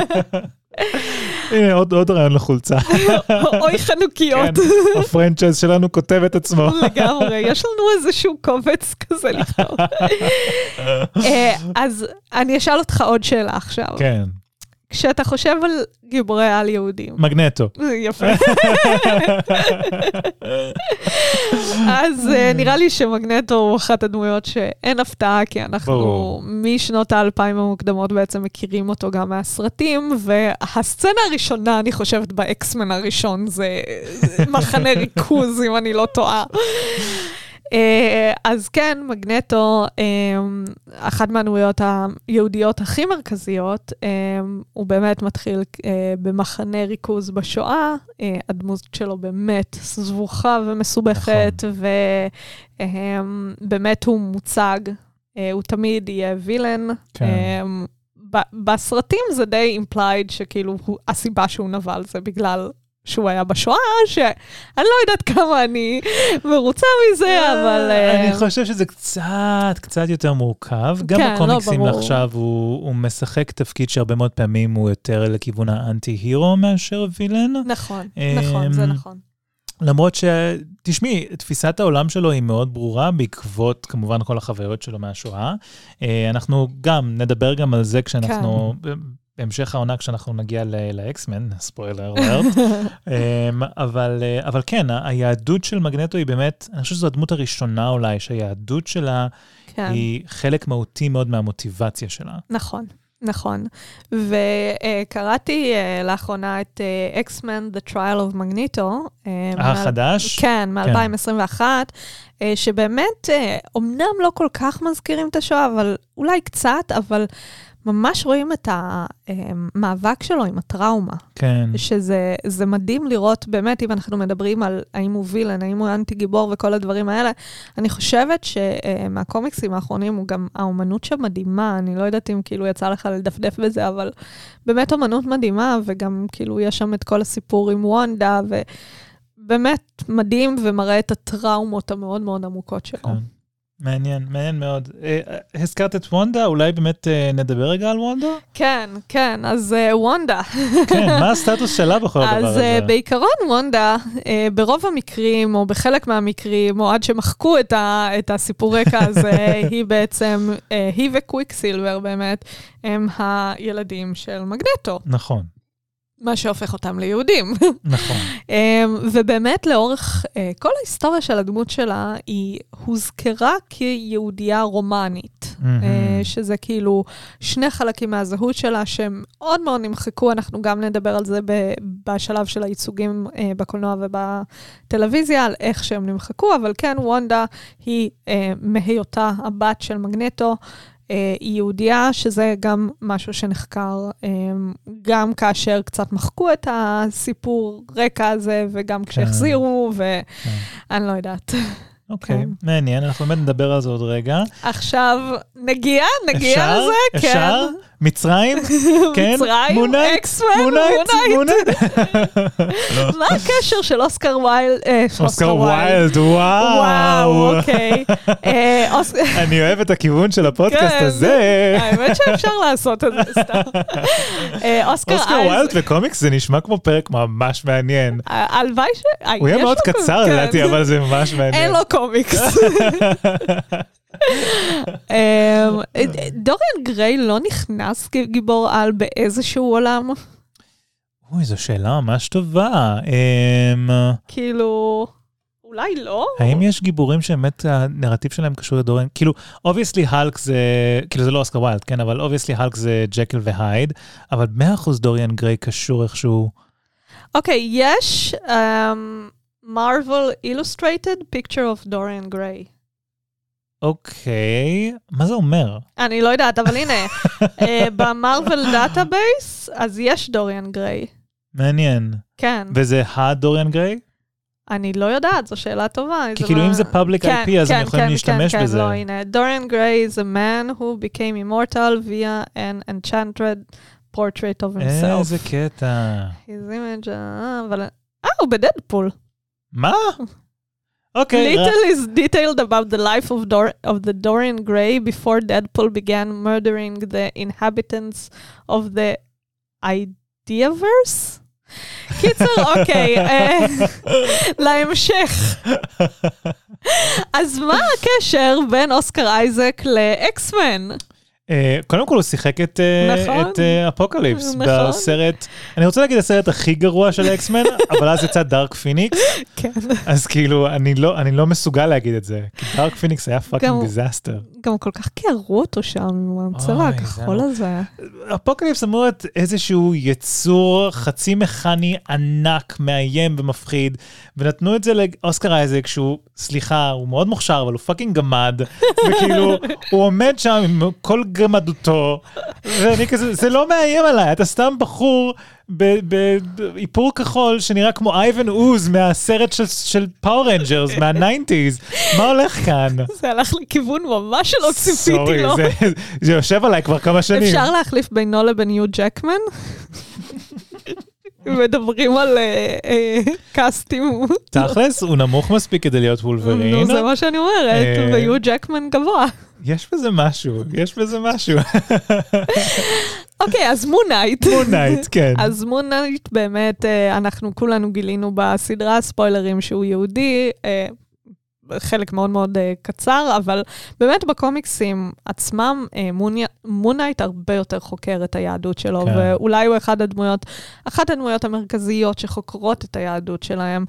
הנה, עוד רעיון לחולצה. אוי, חנוכיות. הפרנצ'ייז שלנו כותב את עצמו. לגמרי, יש לנו איזשהו קובץ כזה לכתוב. אז אני אשאל אותך עוד שאלה עכשיו. כן. כשאתה חושב על גיבורי על יהודים. מגנטו. יפה. אז נראה לי שמגנטו הוא אחת הדמויות שאין הפתעה, כי אנחנו משנות ה-2000 המוקדמות בעצם מכירים אותו גם מהסרטים, והסצנה הראשונה, אני חושבת, באקסמן הראשון, זה מחנה ריכוז, אם אני לא טועה. אז כן, מגנטו, אחת מהדמויות היהודיות הכי מרכזיות, הוא באמת מתחיל במחנה ריכוז בשואה, הדמות שלו באמת סבוכה ומסובכת, ובאמת הוא מוצג, הוא תמיד יהיה וילן. בסרטים זה די implied שכאילו הסיבה שהוא נבל זה בגלל שהוא היה בשואה, שאני לא יודעת כמה אני מרוצה מזה, אבל... אני חושב שזה קצת יותר מורכב. גם בקומיקסים עכשיו הוא משחק תפקיד שהרבה מאוד פעמים הוא יותר לכיוון האנטי-הירו מאשר וילן. נכון, זה נכון. למרות תשמעי, תפיסת העולם שלו היא מאוד ברורה, בעקבות כמובן כל החוויות שלו מהשואה. אנחנו גם נדבר גם על זה כשאנחנו... בהמשך העונה כשאנחנו נגיע לאקסמן, ספוילר אלרט, אבל כן, היהדות של מגנטו היא באמת, אני חושב שזו הדמות הראשונה אולי, שהיהדות שלה היא חלק מהותי מאוד מהמוטיבציה שלה. נכון. וקראתי לאחרונה את אקסמן, The Trial of Magneto. החדש? כן, מ-2021, שבאמת, אומנם לא כל כך מזכירים את השואה, אבל אולי קצת, אבל... ממש רואים את המאבק שלו עם הטראומה. כן. שזה מדהים לראות, באמת, אם אנחנו מדברים על האם הוא וילן, האם הוא אנטי גיבור וכל הדברים האלה, אני חושבת שמהקומיקסים האחרונים הוא גם, האומנות שם מדהימה, אני לא יודעת אם כאילו יצא לך לדפדף בזה, אבל באמת אומנות מדהימה, וגם כאילו יש שם את כל הסיפור עם וונדה, ובאמת מדהים ומראה את הטראומות המאוד מאוד עמוקות שלו. כן. מעניין מאוד. הזכרת את וונדה, אולי באמת נדבר רגע על וונדה? כן, אז וונדה. כן, מה הסטטוס שלה בכל הדבר הזה? אז בעיקרון וונדה, ברוב המקרים, או בחלק מהמקרים, או עד שמחקו את הסיפור רקע הזה, היא בעצם, היא וקוויקסילבר באמת, הם הילדים של מגנטו. נכון. מה שהופך אותם ליהודים. נכון. ובאמת לאורך כל ההיסטוריה של הדמות שלה, היא הוזכרה כיהודייה רומנית, שזה כאילו שני חלקים מהזהות שלה, שהם מאוד מאוד נמחקו, אנחנו גם נדבר על זה בשלב של הייצוגים בקולנוע ובטלוויזיה, על איך שהם נמחקו, אבל כן, וונדה היא מהיותה הבת של מגנטו, היא יהודיה, שזה גם משהו שנחקר, גם כאשר קצת מחקו את הסיפור רקע הזה, וגם כשהחזירו, ואני לא יודעת. אוקיי, מעניין, אנחנו באמת נדבר על זה עוד רגע. עכשיו, נגיע לזה, כן. אפשר? מצרים? כן? מצרים? אקסמן? מונייט? מה הקשר של אוסקר ויילד? אוסקר ויילד, וואו. אוקיי. אני אוהב את הכיוון של הפודקאסט הזה. האמת שאפשר לעשות את זה סתם. אוסקר ויילד וקומיקס זה נשמע כמו פרק ממש מעניין. הלוואי ש... הוא יהיה מאוד קצר לדעתי, אבל זה ממש מעניין. אין לו קומיקס. דוריאן גריי לא נכנס כגיבור על באיזשהו עולם? אוי, זו שאלה ממש טובה. כאילו, אולי לא? האם יש גיבורים שבאמת הנרטיב שלהם קשור לדוריאן? כאילו, obviously הלק זה, כאילו זה לא אוסקר ויילד, כן, אבל obviously הלק זה ג'קל והייד, אבל 100% דוריאן גריי קשור איכשהו. אוקיי, יש Marvel Illustrated Picture of Dorian Gray. אוקיי, מה זה אומר? אני לא יודעת, אבל הנה, במרוול דאטאבייס, אז יש דוריאן גריי. מעניין. כן. וזה הדוריאן גריי? אני לא יודעת, זו שאלה טובה. כי כאילו אם זה public IP, אז הם יכולים להשתמש בזה. כן, לא, הנה. Dorian Gray is a man who became immortal via an enchanted portrait of himself. איזה קטע. His image, אבל... הוא בדדפול. מה? Okay, Little is detailed about the life of the Dorian Gray before Deadpool began murdering the inhabitants of the Ideaverse. קיצר, אוקיי, להמשך. אז מה הקשר בין אוסקר אייזק לאקסמן? קודם כל הוא שיחק את אפוקליפס בסרט, אני רוצה להגיד הסרט הכי גרוע של האקסמן, אבל אז יצא דארק פיניקס, אז כאילו אני לא מסוגל להגיד את זה, כי דארק פיניקס היה פאקינג דיזסטר. גם כל כך קערו אותו שם, עם הצבע הכחול הזה. אפוקליפס אמור להיות איזשהו יצור חצי מכני ענק, מאיים ומפחיד, ונתנו את זה לאוסקר אייזק, שהוא, סליחה, הוא מאוד מוכשר, אבל הוא פאקינג גמד, וכאילו, הוא עומד שם עם כל גמדותו, ואני כזה, זה לא מאיים עליי, אתה סתם בחור באיפור כחול, שנראה כמו אייבן אוז מהסרט של פאור רנג'רס, מה-90s, מה הולך כאן? זה הלך לכיוון ממש שלא ציפיתי לו. זה יושב עליי כבר כמה שנים. אפשר להחליף בינו לבין יו ג'קמן? מדברים על קאסטים. תכלס, הוא נמוך מספיק כדי להיות וולברין. נו, זה מה שאני אומרת, ויו ג'קמן גבוה. יש בזה משהו. אוקיי, אז מונייט. מונייט, כן. אז מונייט באמת, אנחנו כולנו גילינו בסדרה ספוילרים שהוא יהודי, חלק מאוד מאוד קצר, אבל באמת בקומיקסים עצמם, מונייט הרבה יותר חוקר את היהדות שלו, כן. ואולי הוא אחת הדמויות המרכזיות שחוקרות את היהדות שלהם,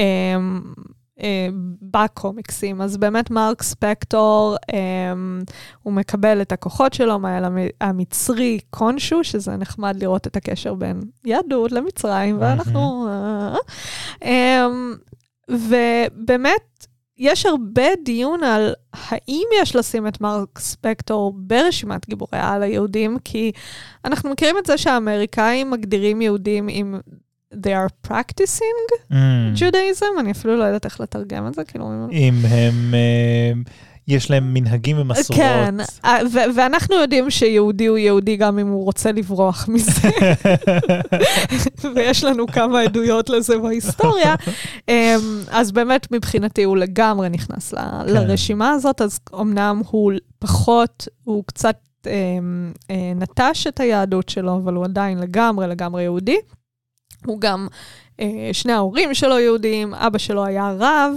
בקומיקסים. אז באמת מרק ספקטור, הוא מקבל את הכוחות שלו מהאל המצרי קונשו, שזה נחמד לראות את הקשר בין יהדות למצרים, ואנחנו... ובאמת, יש הרבה דיון על האם יש לשים את מרק ספקטור ברשימת גיבורי העל היהודים, כי אנחנו מכירים את זה שהאמריקאים מגדירים יהודים עם they are practicing Judaism, אני אפילו לא יודעת איך לתרגם את זה, כאילו... אם הם... יש להם מנהגים ומסורות. כן, ואנחנו יודעים שיהודי הוא יהודי גם אם הוא רוצה לברוח מזה. ויש לנו כמה עדויות לזה בהיסטוריה. אז באמת מבחינתי הוא לגמרי נכנס לרשימה הזאת, אז אמנם הוא פחות, הוא קצת נטש את היהדות שלו, אבל הוא עדיין לגמרי יהודי. הוא גם, שני ההורים שלו יהודים, אבא שלו היה רב,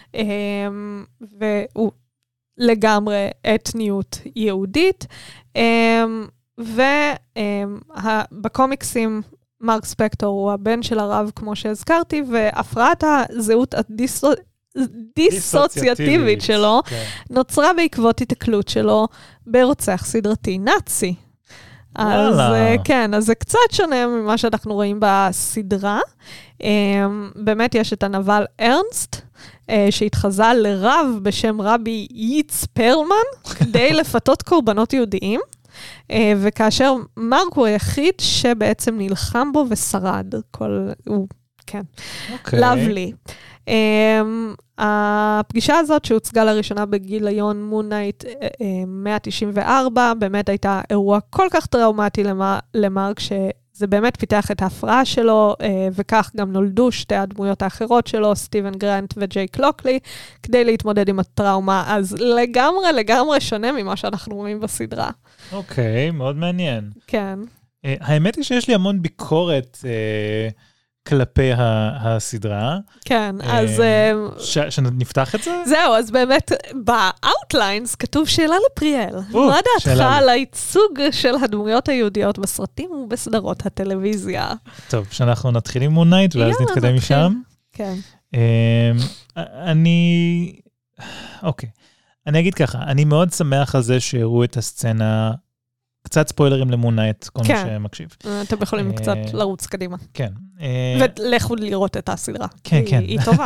והוא לגמרי אתניות יהודית, ובקומיקסים מרק ספקטור הוא הבן של הרב, כמו שהזכרתי, והפרעת הזהות הדיסוציאטיבית שלו נוצרה בעקבות התקלות שלו ברוצח סדרתי נאצי. אז כן, אז זה קצת שונה ממה שאנחנו רואים בסדרה. באמת יש את הנבל ארנסט, שהתחזה לרב בשם רבי ייץ פרלמן, כדי לפתות קורבנות יהודיים, וכאשר מרק הוא היחיד שבעצם נלחם בו ושרד. כן, לבלי. הפגישה הזאת שהוצגה לראשונה בגיליון מונייט 194, באמת הייתה אירוע כל כך טראומטי למרק, שזה באמת פיתח את ההפרעה שלו, וכך גם נולדו שתי הדמויות האחרות שלו, סטיבן גרנט וג'ייק לוקלי, כדי להתמודד עם הטראומה. אז לגמרי שונה ממה שאנחנו רואים בסדרה. אוקיי, מאוד מעניין. כן. האמת היא שיש לי המון ביקורת כלפי הסדרה. כן, אז... שנפתח את זה? זהו, אז באמת, באוטליינס כתוב שאלה לפריאל. מה דעתך על הייצוג של הדמויות היהודיות בסרטים ובסדרות הטלוויזיה? טוב, שאנחנו נתחיל עם מונייט, ואז נתקדם משם. כן. אוקיי. אני אגיד ככה, אני מאוד שמח על זה שהראו את הסצנה, קצת ספוילרים למונייט, כל מי שמקשיב. אתם יכולים קצת לרוץ קדימה. כן. ולכו לראות את הסדרה. כן, כן. היא טובה.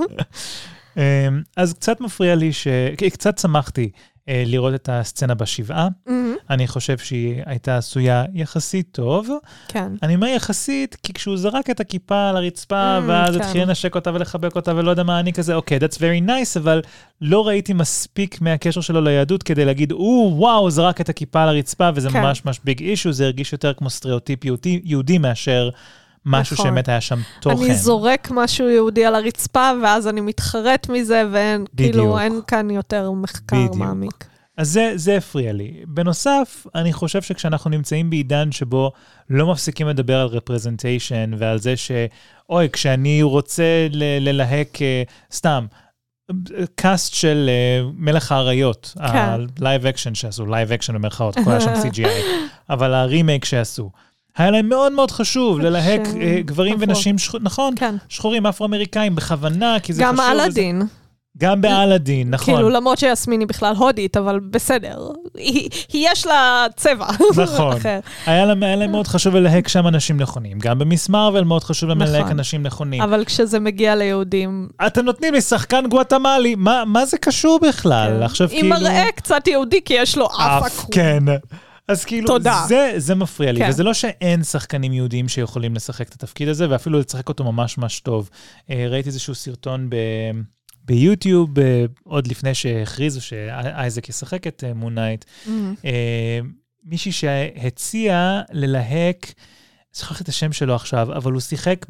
אז קצת מפריע לי, קצת שמחתי לראות את הסצנה בשבעה. אני חושב שהיא הייתה עשויה יחסית טוב. כן. אני אומר יחסית, כי כשהוא זרק את הכיפה על הרצפה, ואז התחיל לנשק אותה ולחבק אותה, ולא יודע מה, אני כזה, אוקיי, that's very nice, אבל לא ראיתי מספיק מהקשר שלו ליהדות, כדי להגיד, וואו, זרק את הכיפה על הרצפה, וזה ממש ביג אישו, זה הרגיש יותר כמו סטריאוטיפ יהודי מאשר משהו שבאמת היה שם תוכן. אני זורק משהו יהודי על הרצפה, ואז אני מתחרט מזה, וכאילו אין כאן יותר מחקר מעמיק. אז זה הפריע לי. בנוסף, אני חושב שכשאנחנו נמצאים בעידן שבו לא מפסיקים לדבר על representation, ועל זה כשאני רוצה ללהק סתם, קאסט של מלך האריות, הלייב אקשן שעשו, לייב אקשן במרכאות, כל היה שם CGI, אבל הרימייק שעשו. היה להם מאוד מאוד חשוב ללהק גברים ונשים, נכון, שחורים אפרו-אמריקאים בכוונה, כי זה חשוב. גם אלאדין. גם באלאדין, נכון. כאילו, למרות שיסמין היא בכלל הודית, אבל בסדר. יש לה צבע. נכון. היה להם מאוד חשוב ללהק שם אנשים נכונים. גם במיס מרוול מאוד חשוב להם ללהק אנשים נכונים. אבל כשזה מגיע ליהודים... אתם נותנים לי שחקן גואטמלי, מה זה קשור בכלל? עכשיו כאילו... היא מראה קצת יהודי, כי יש לו אף עקום. כן. אז כאילו, זה מפריע לי, וזה לא שאין שחקנים יהודים שיכולים לשחק את התפקיד הזה, ואפילו לשחק אותו ממש ממש טוב. ראיתי איזשהו סרטון ביוטיוב, עוד לפני שהכריזו שאייזק ישחק את מון נייט, מישהי שהציע ללהק, שכחתי את השם שלו עכשיו, אבל הוא שיחק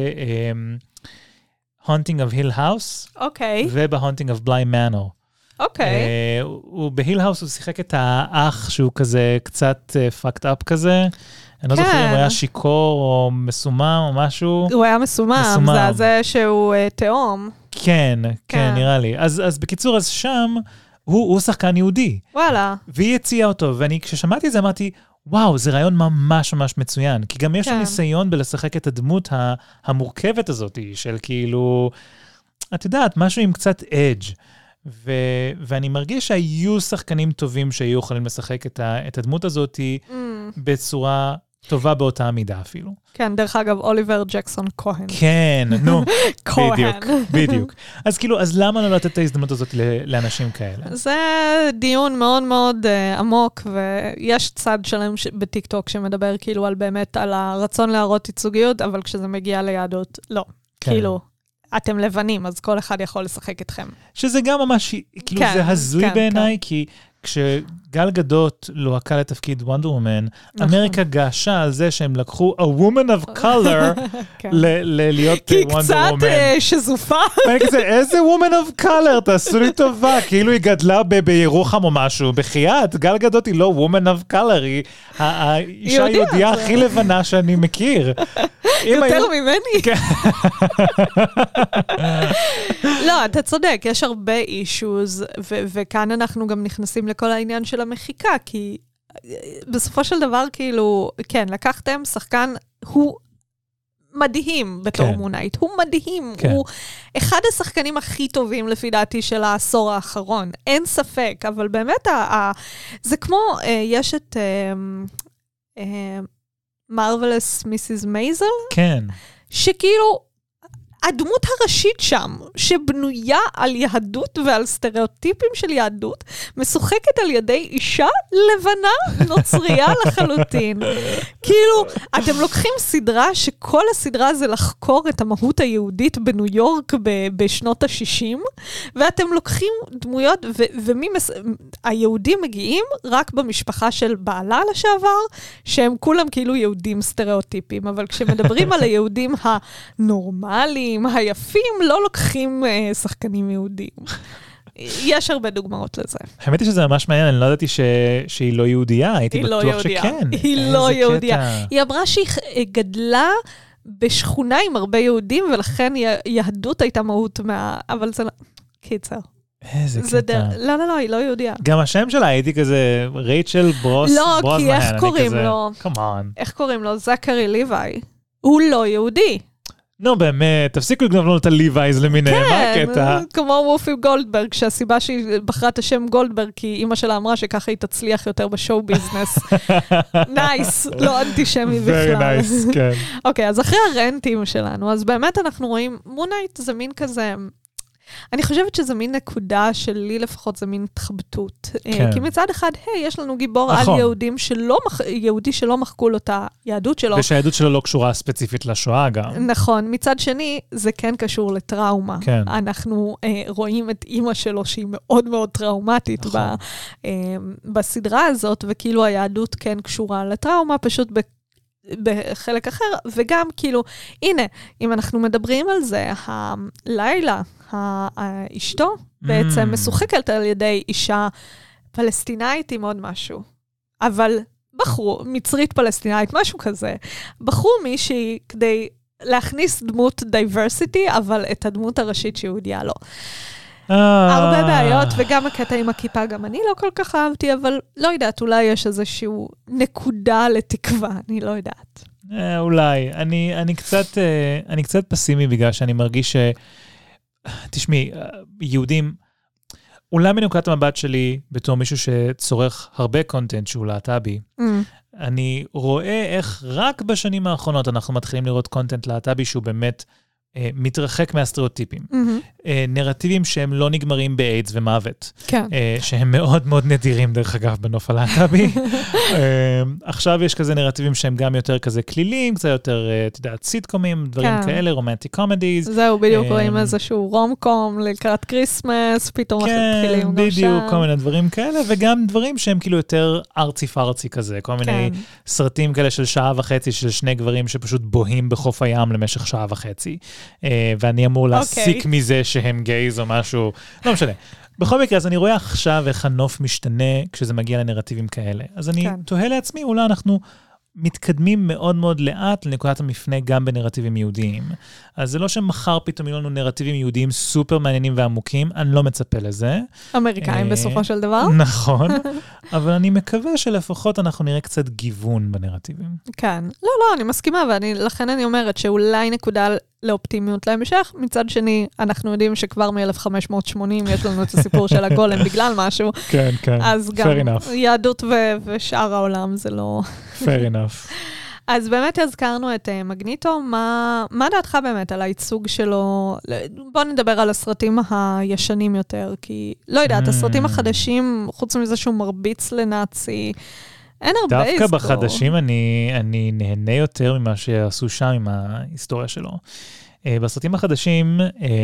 ב-Haunting of Hill House, וב-Haunting of Bly Manor. אוקיי. בהיל האוס הוא שיחק את האח שהוא כזה קצת fucked up כזה. אני לא זוכר אם הוא היה שיקור או מסומם או משהו. הוא היה מסומם, זה שהוא תאום. כן, נראה לי. אז בקיצור, אז שם הוא שחקן יהודי. וואלה. והיא הציעה אותו, ואני כששמעתי את זה אמרתי, וואו, זה רעיון ממש ממש מצוין, כי גם יש ניסיון בלשחק את הדמות המורכבת הזאת, של כאילו, את יודעת, משהו עם קצת אדג'. ואני מרגיש שהיו שחקנים טובים שהיו יכולים לשחק את הדמות הזאת בצורה טובה באותה המידה אפילו. כן, דרך אגב, אוליבר ג'קסון כהן. כן, נו, בדיוק. אז כאילו, אז למה לא לתת את ההזדמנות הזאת לאנשים כאלה? זה דיון מאוד מאוד עמוק, ויש צד שלם בטיקטוק שמדבר כאילו על באמת על הרצון להראות ייצוגיות, אבל כשזה מגיע ליהדות, לא. כאילו, אתם לבנים, אז כל אחד יכול לשחק אתכם. שזה גם ממש, כאילו זה הזוי בעיניי, כי כשגל גדות לוהקה לתפקיד וונדר וומן, אמריקה געשה על זה שהם לקחו a woman of color להיות וונדר וומן. כי קצת שזופה. ואני כזה, איזה woman of color? תעשו לי טובה, כאילו היא גדלה בירוחם או משהו. בחייאת, גל גדות היא לא woman of color, היא האישה היהודייה הכי לבנה שאני מכיר. יותר ממני. לא, אתה צודק, יש הרבה אישוז, וכאן אנחנו גם נכנסים לכל העניין של המחיקה, כי בסופו של דבר, כאילו, כן, לקחתם שחקן, הוא מדהים בתור מונייט, הוא מדהים, הוא אחד השחקנים הכי טובים לפי דעתי של העשור האחרון, אין ספק, אבל באמת, זה כמו, יש את מרוולס מיסיס מייזל, כן. שכאילו, הדמות הראשית שם, שבנויה על יהדות ועל סטריאוטיפים של יהדות, משוחקת על ידי אישה לבנה נוצריה לחלוטין. כאילו, אתם לוקחים סדרה שכל הסדרה זה לחקור את המהות היהודית בניו יורק בשנות ה-60, ואתם לוקחים דמויות, היהודים מגיעים רק במשפחה של בעלה לשעבר, שהם כולם כאילו יהודים סטריאוטיפים, אבל כשמדברים על היהודים הנורמליים, היפים, לא לוקחים שחקנים יהודים. יש הרבה דוגמאות לזה. האמת היא שזה ממש מעניין, אני לא ידעתי שהיא לא יהודייה, הייתי בטוח שכן. היא לא יהודייה. היא אמרה שהיא גדלה בשכונה עם הרבה יהודים, ולכן יהדות הייתה מהות אבל זה לא... קיצר. איזה קטע. לא, היא לא יהודייה. גם השם שלה הייתי כזה, רייצ'ל ברוסמן. לא, כי איך קוראים לו? איך קוראים לו? זכרי ליוואי. הוא לא יהודי. נו, באמת, תפסיקו לגנוב לנו את הליווייז למיניהם, מה הקטע? כן, כמו וופי גולדברג, שהסיבה שהיא בחרה את השם גולדברג, כי אמא שלה אמרה שככה היא תצליח יותר בשואו ביזנס. נייס, לא אנטישמי בכלל. Very nice, כן. אוקיי, אז אחרי הרנטים שלנו, אז באמת אנחנו רואים, מונייט זה מין כזה... אני חושבת שזה מין נקודה שלי לפחות זה מין התחבטות. כי מצד אחד, יש לנו גיבור על יהודי שלא מחקו לו את היהדות שלו. ושהיהדות שלו לא קשורה ספציפית לשואה גם. נכון. מצד שני, זה כן קשור לטראומה. אנחנו רואים את אימא שלו שהיא מאוד מאוד טראומטית בסדרה הזאת, וכאילו היהדות כן קשורה לטראומה, פשוט בחלק אחר, וגם כאילו, הנה, אם אנחנו מדברים על זה, הלילה, אשתו בעצם משוחקת על ידי אישה פלסטינאית עם עוד משהו. אבל בחרו, מצרית פלסטינאית, משהו כזה, בחרו מישהי כדי להכניס דמות דייברסיטי, אבל את הדמות הראשית שיהודיה לא. הרבה בעיות, וגם הקטע עם הכיפה, גם אני לא כל כך אהבתי, אבל לא יודעת, אולי יש איזשהו נקודה לתקווה, אני לא יודעת. אולי. אני קצת פסימי בגלל שאני מרגיש ש... תשמעי, יהודים, אולי מנקודת המבט שלי, בתור מישהו שצורך הרבה קונטנט שהוא להט"בי, אני רואה איך רק בשנים האחרונות אנחנו מתחילים לראות קונטנט להט"בי שהוא באמת מתרחק מהסטריאוטיפים. נרטיבים שהם לא נגמרים באיידס ומוות. כן. שהם מאוד מאוד נדירים, דרך אגב, בנוף הלהט"בי. עכשיו יש כזה נרטיבים שהם גם יותר כזה כלילים, קצת יותר, אתה יודע, סיטקומים, דברים כאלה, רומנטיק קומדיז. זהו, בדיוק רואים איזשהו רום-קום לקראת קריסמס, פתאום מתחילים גם שם. כן, בדיוק, כל מיני דברים כאלה, וגם דברים שהם כאילו יותר ארצי-פרצי כזה, כל מיני סרטים כאלה של שעה וחצי, של שני גברים שפשוט בוהים בחוף הים למשך שעה וחצי. ואני אמור להסיק מזה שהם גייז או משהו, לא משנה. בכל מקרה, אז אני רואה עכשיו איך הנוף משתנה כשזה מגיע לנרטיבים כאלה. אז אני תוהה לעצמי, אולי אנחנו מתקדמים מאוד מאוד לאט לנקודת המפנה גם בנרטיבים יהודיים. אז זה לא שמחר פתאום יהיו לנו נרטיבים יהודיים סופר מעניינים ועמוקים, אני לא מצפה לזה. אמריקאים בסופו של דבר. נכון, אבל אני מקווה שלפחות אנחנו נראה קצת גיוון בנרטיבים. כן. לא, אני מסכימה, ולכן אני אומרת שאולי נקודה לאופטימיות להמשך. מצד שני, אנחנו יודעים שכבר מ-1580 יש לנו את הסיפור של הגולם בגלל משהו. כן, כן. אז גם יהדות ושאר העולם זה לא... Fair enough. אז באמת הזכרנו את מגניטו, מה דעתך באמת על הייצוג שלו? בוא נדבר על הסרטים הישנים יותר, כי לא יודעת, הסרטים החדשים, חוץ מזה שהוא מרביץ לנאצי, אין הרבה איזכור. דווקא בחדשים אני נהנה יותר ממה שעשו שם עם ההיסטוריה שלו. בסרטים החדשים,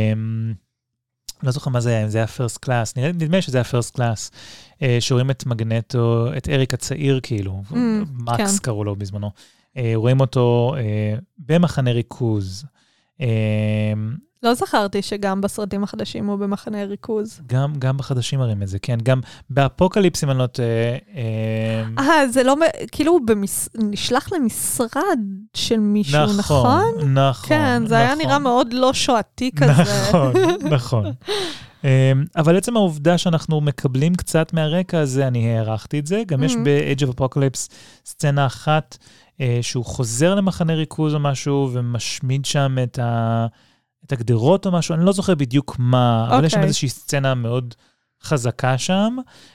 לא זוכר מה זה היה, אם זה היה פרסט קלאס, נדמה שזה היה פרסט קלאס, שרואים את מגנטו, את אריק הצעיר כאילו, מקס קראו לו בזמנו. רואים אותו במחנה ריכוז. לא זכרתי שגם בסרטים החדשים הוא במחנה ריכוז. גם בחדשים מראים את זה, כן. גם באפוקליפסים אני לא... זה לא... כאילו הוא נשלח למשרד של מישהו, נכון? נכון. כן, זה היה נראה מאוד לא שואתי כזה. נכון. אבל עצם העובדה שאנחנו מקבלים קצת מהרקע הזה, אני הערכתי את זה. גם יש ב-Age of Apocalypse סצנה אחת, שהוא חוזר למחנה ריכוז או משהו, ומשמיד שם את הגדרות או משהו, אני לא זוכר בדיוק מה, אבל יש שם איזושהי סצנה מאוד חזקה שם.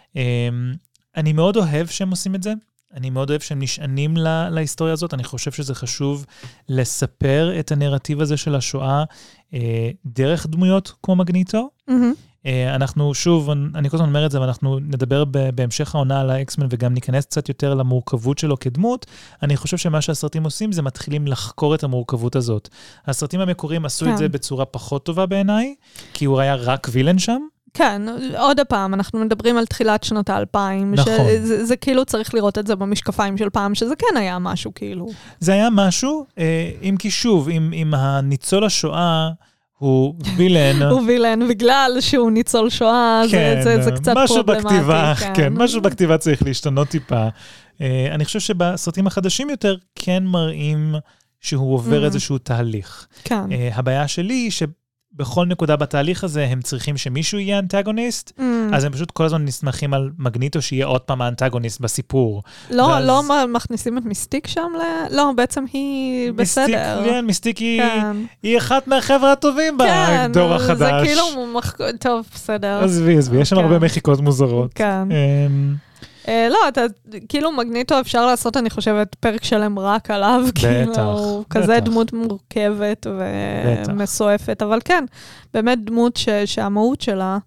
אני מאוד אוהב שהם עושים את זה, אני מאוד אוהב שהם נשענים להיסטוריה הזאת, אני חושב שזה חשוב לספר את הנרטיב הזה של השואה, דרך דמויות כמו מגניטו. אנחנו שוב, אני כל הזמן אומר את זה, ואנחנו נדבר בהמשך העונה על האקסמן, וגם ניכנס קצת יותר למורכבות שלו כדמות. אני חושב שמה שהסרטים עושים, זה מתחילים לחקור את המורכבות הזאת. הסרטים המקוריים עשו את זה בצורה פחות טובה בעיניי, כי הוא היה רק וילן שם. כן, עוד הפעם, אנחנו מדברים על תחילת שנות ה-2000, נכון. שזה כאילו צריך לראות את זה במשקפיים של פעם, שזה כן היה משהו כאילו. זה היה משהו, אם כי שוב, אם הניצול השואה, הוא וילן. הוא וילן, בגלל שהוא ניצול שואה, זה קצת פרובלמטי. כן, משהו בכתיבה צריך להשתנות טיפה. אני חושב שבסרטים החדשים יותר כן מראים שהוא עובר איזשהו תהליך. כן. הבעיה שלי היא שבכל נקודה בתהליך הזה הם צריכים שמישהו יהיה אנטגוניסט, אז הם פשוט כל הזמן נסמכים על מגניטו שיהיה עוד פעם האנטגוניסט בסיפור. לא מכניסים את מיסטיק שם? לא, בעצם היא בסדר. מיסטיק היא אחת מהחבר'ה הטובים בדור החדש. זה כאילו, טוב, בסדר. עזבי, יש שם הרבה מחיקות מוזרות. כן. לא, כאילו מגניטו אפשר לעשות, אני חושבת, פרק שלם רק עליו, כאילו, כזה דמות מורכבת ומסועפת, אבל כן, באמת דמות שהמהות שלה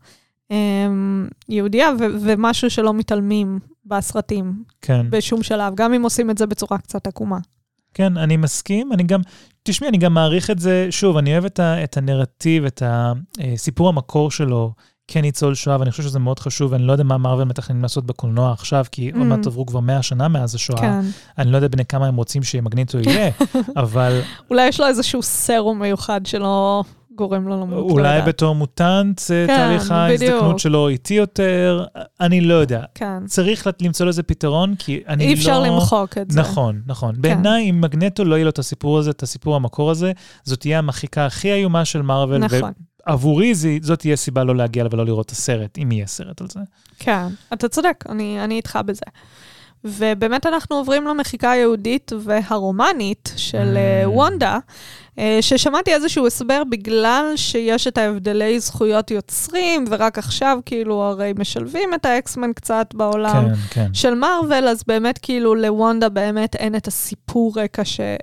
יהודיה, ומשהו שלא מתעלמים בסרטים, בשום שלב, גם אם עושים את זה בצורה קצת עקומה. כן, אני מסכים, אני גם מעריך את זה, שוב, אני אוהב את הנרטיב, את הסיפור המקור שלו, כן ניצול שואה, ואני חושב שזה מאוד חשוב, ואני לא יודע מה מארוול מתכננים לעשות בקולנוע עכשיו, כי עוד מעט עברו כבר 100 שנה מאז השואה. כן. אני לא יודע בני כמה הם רוצים שמגניטו יהיה, אבל... אולי יש לו איזשהו סרום מיוחד שלא גורם לו למות. אולי בתור מוטנט, תהליך ההזדקנות שלו איטי יותר, אני לא יודע. כן. צריך למצוא לזה פתרון, כי אני לא... אי אפשר למחוק את זה. נכון. בעיניי, אם מגניטו לא יהיה לו את הסיפור הזה, את הסיפור המקור הזה, זאת תהיה המחיקה הכי איומה של מארוול, נכון. עבורי זאת תהיה סיבה לא להגיע ולא לראות את הסרט, אם יהיה סרט על זה. כן, אתה צודק, אני איתך בזה. ובאמת אנחנו עוברים למחיקה היהודית והרומנית של וונדה, ששמעתי איזשהו הסבר בגלל שיש את ההבדלי זכויות יוצרים, ורק עכשיו כאילו הרי משלבים את האקסמן קצת בעולם של מארוול, אז באמת כאילו לוונדה באמת אין את הסיפור רקע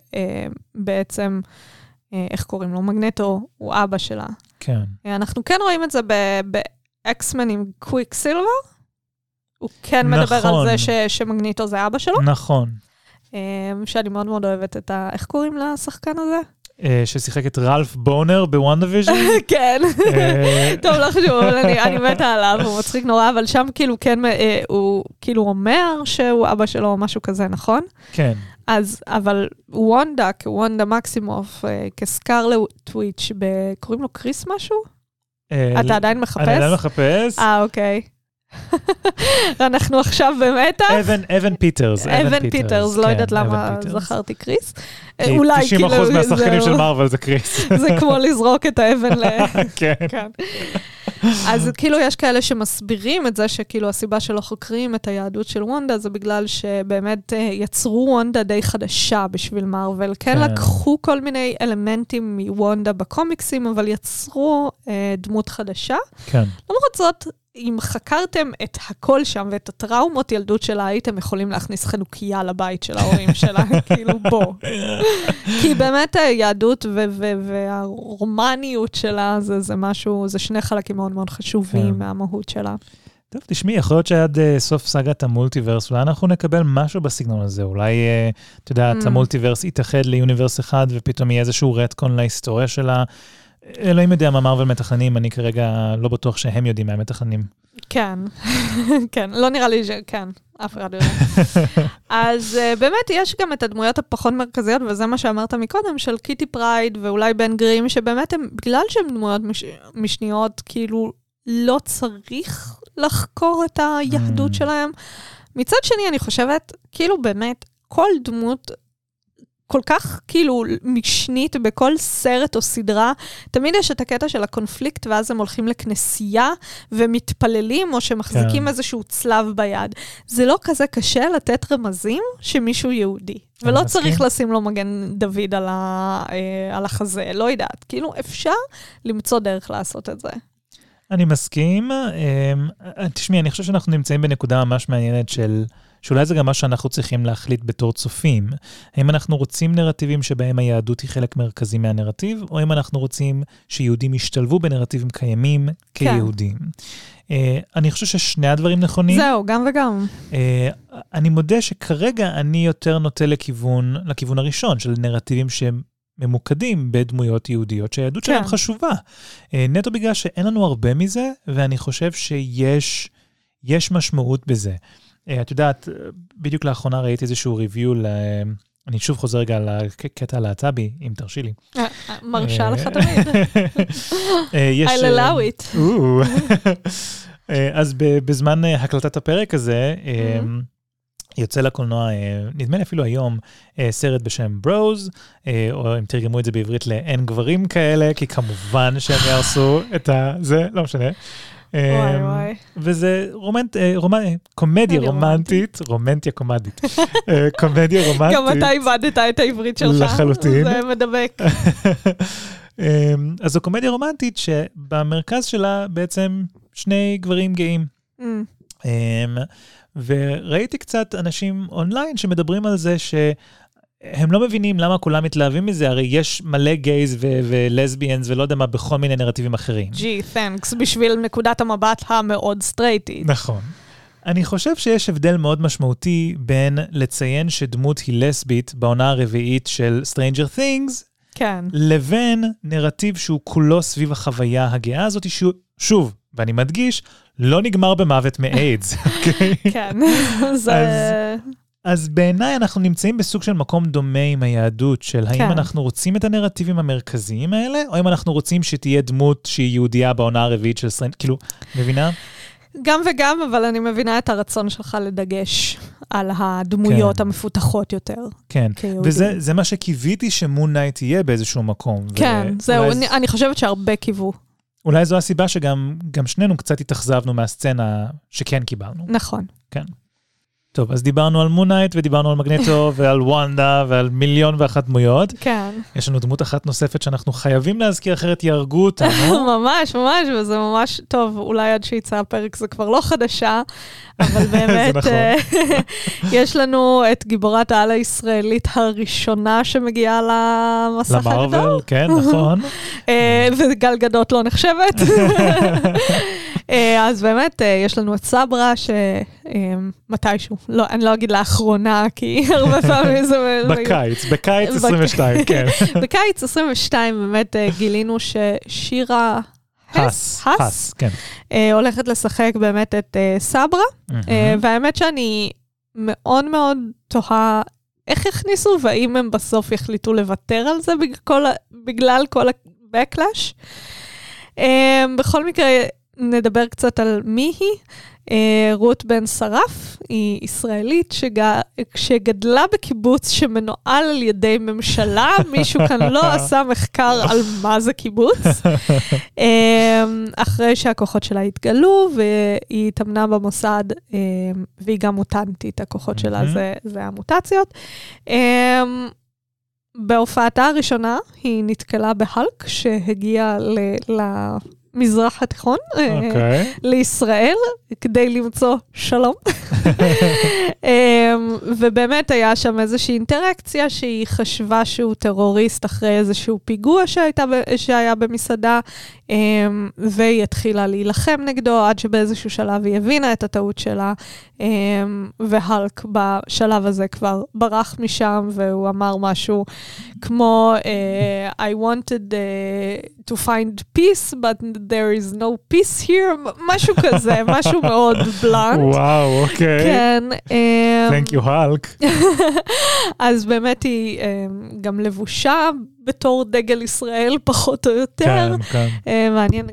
שבעצם, איך קוראים לו? מגנטו הוא אבא שלה. כן. אנחנו כן רואים את זה באקסמן עם קוויק סילבר, הוא כן מדבר על זה שמגניטו זה אבא שלו. נכון. שאני מאוד מאוד אוהבת את איך קוראים לשחקן הזה? ששיחק את רלף בונר בוונדוויז'ן. כן. טוב, לא חשוב, אבל אני מתה עליו, הוא מצחיק נורא, אבל שם כאילו כן, הוא כאילו אומר שהוא אבא שלו או משהו כזה, נכון? כן. אז, אבל וונדה, כוונדה מקסימוף, כסקרלט וויץ', קוראים לו קריס משהו? אתה עדיין מחפש? אני עדיין מחפש. אוקיי. אנחנו עכשיו במטה. אבן פיטרס. אבן פיטרס, לא יודעת למה זכרתי קריס. כי 90% מהשחקנים של מארוול זה קריס. זה כמו לזרוק את האבן כן. אז כאילו יש כאלה שמסבירים את זה, שכאילו הסיבה שלא חוקרים את היהדות של וונדה, זה בגלל שבאמת יצרו וונדה די חדשה בשביל מארוול. כן לקחו כל מיני אלמנטים מוונדה בקומיקסים, אבל יצרו דמות חדשה. כן. למרות זאת, אם חקרתם את הכל שם ואת הטראומות ילדות שלה, הייתם יכולים להכניס חנוכיה לבית של ההורים שלה, כאילו בוא. כי באמת היהדות והרומניות שלה, זה משהו, זה שני חלקים מאוד מאוד חשובים מהמהות שלה. טוב, תשמעי, יכול להיות שעד סוף סגת המולטיברס, אולי אנחנו נקבל משהו בסגנון הזה, אולי, אתה יודעת, המולטיברס יתאחד ליוניברס אחד, ופתאום יהיה איזשהו רטקון להיסטוריה שלה, אלוהים יודע מה מארוול מתכננים, אני כרגע לא בטוח שהם יודעים מה הם מתכננים. כן, כן, לא נראה לי כן, אף אחד לא יודע. אז באמת יש גם את הדמויות הפחות מרכזיות, וזה מה שאמרת מקודם, של קיטי פרייד ואולי בן גרים, שבאמת הם, בגלל שהם דמויות משניות, כאילו לא צריך לחקור את היהדות שלהם. מצד שני, אני חושבת, כאילו באמת, כל דמות כל כך כאילו משנית בכל סרט או סדרה, תמיד יש את הקטע של הקונפליקט, ואז הם הולכים לכנסייה ומתפללים, או שמחזיקים איזשהו צלב ביד. זה לא כזה קשה לתת רמזים שמישהו יהודי. ולא צריך לשים לו מגן דוד על החזה, לא יודעת. כאילו אפשר למצוא דרך לעשות את זה. אני מסכים. תשמעי, אני חושב שאנחנו נמצאים בנקודה ממש מעניינת שאולי זה גם מה שאנחנו צריכים להחליט בתור צופים. האם אנחנו רוצים נרטיבים שבהם היהדות היא חלק מרכזי מהנרטיב, או אם אנחנו רוצים שיהודים ישתלבו בנרטיבים קיימים כיהודים. אני חושב ששני הדברים נכונים. זהו, גם וגם. אני מודה שכרגע אני יותר נוטה לכיוון הראשון, של נרטיבים שהם ממוקדים בדמויות יהודיות, שהיהדות שלהם חשובה. נטו בגלל שאין לנו הרבה מזה, ואני חושב שיש משמעות בזה. את יודעת, בדיוק לאחרונה ראיתי איזשהו ריוויו, אני שוב חוזר רגע לקטע הלהט"בי, אם תרשי לי. מרשה לך תמיד. I'll allow it. אז בזמן הקלטת הפרק הזה, יוצא לקולנוע, נדמה לי אפילו היום, סרט בשם ברוז, או אם תרגמו את זה בעברית לאין גברים כאלה, כי כמובן שהם יעשו את זה, לא משנה. וואי. וזה קומדיה רומנטית, רומנטיה קומדית. קומדיה רומנטית. גם אתה איבדת את העברית שלך. לחלוטין. זה מדבק. אז זו קומדיה רומנטית שבמרכז שלה בעצם שני גברים גאים. וראיתי קצת אנשים אונליין שמדברים על זה שהם לא מבינים למה כולם מתלהבים מזה, הרי יש מלא גייז ולסביאנס ולא יודע מה בכל מיני נרטיבים אחרים. תhanks, בשביל נקודת המבט המאוד סטרייטית. נכון. אני חושב שיש הבדל מאוד משמעותי בין לציין שדמות היא לסבית בעונה הרביעית של Stranger Things, כן. לבין נרטיב שהוא כולו סביב החוויה הגאה הזאת, שוב, ואני מדגיש, לא נגמר במוות מאיידס. כן, אז בעיניי אנחנו נמצאים בסוג של מקום דומה עם היהדות, של האם אנחנו רוצים את הנרטיבים המרכזיים האלה, או אם אנחנו רוצים שתהיה דמות שהיא יהודייה בעונה הרביעית של סטרנג'ר, כאילו, מבינה? גם וגם, אבל אני מבינה את הרצון שלך לדגש על הדמויות המפותחות יותר. כן, וזה מה שקיוויתי שמון נייט יהיה באיזשהו מקום. כן, זהו, אני חושבת שהרבה קיוו. אולי זו הסיבה שגם שנינו קצת התאכזבנו מהסצנה שכן קיבלנו. נכון. כן. טוב, אז דיברנו על מונייט, ודיברנו על מגנטו, ועל וונדה, ועל 1,000,001 דמויות. כן. יש לנו דמות אחת נוספת שאנחנו חייבים להזכיר, אחרת יהרגו אותנו. ממש, ממש, וזה ממש טוב, אולי עד שיצא הפרק זה כבר לא חדשה, אבל באמת, יש לנו את גיבורת העל הישראלית הראשונה שמגיעה למסך הגדול. למרוול, כן, נכון. וגל גדות לא נחשבת. אז באמת, יש לנו את סברה, שמתישהו, אני לא אגיד לאחרונה, כי הרבה פעמים זה... בקיץ 22, כן. בקיץ 22 באמת גילינו ששירה הס, כן. הולכת לשחק באמת את סברה, והאמת שאני מאוד מאוד תוהה איך הכניסו, והאם הם בסוף יחליטו לוותר על זה בגלל כל ה-backlash. בכל מקרה, נדבר קצת על מי היא. רות בן שרף, היא ישראלית שגדלה בקיבוץ שמנוהל על ידי ממשלה, מישהו כאן לא עשה מחקר על מה זה קיבוץ. אחרי שהכוחות שלה התגלו, והיא התאמנה במוסד, והיא גם מוטנטית, הכוחות שלה זה המוטציות. בהופעתה הראשונה, היא נתקלה בהלק, שהגיע למזרח התיכון, לישראל, כדי למצוא שלום. ובאמת היה שם איזושהי אינטראקציה, שהיא חשבה שהוא טרוריסט אחרי איזשהו פיגוע שהיה במסעדה, והיא התחילה להילחם נגדו, עד שבאיזשהו שלב היא הבינה את הטעות שלה, והלק בשלב הזה כבר ברח משם, והוא אמר משהו כמו, I wanted to find peace, but there is no peace here, משהו כזה, משהו מאוד בלנט. וואו, אוקיי. כן. Thank you, הלק. אז באמת היא גם לבושה בתור דגל ישראל, פחות או יותר. כן, כן. מעניין,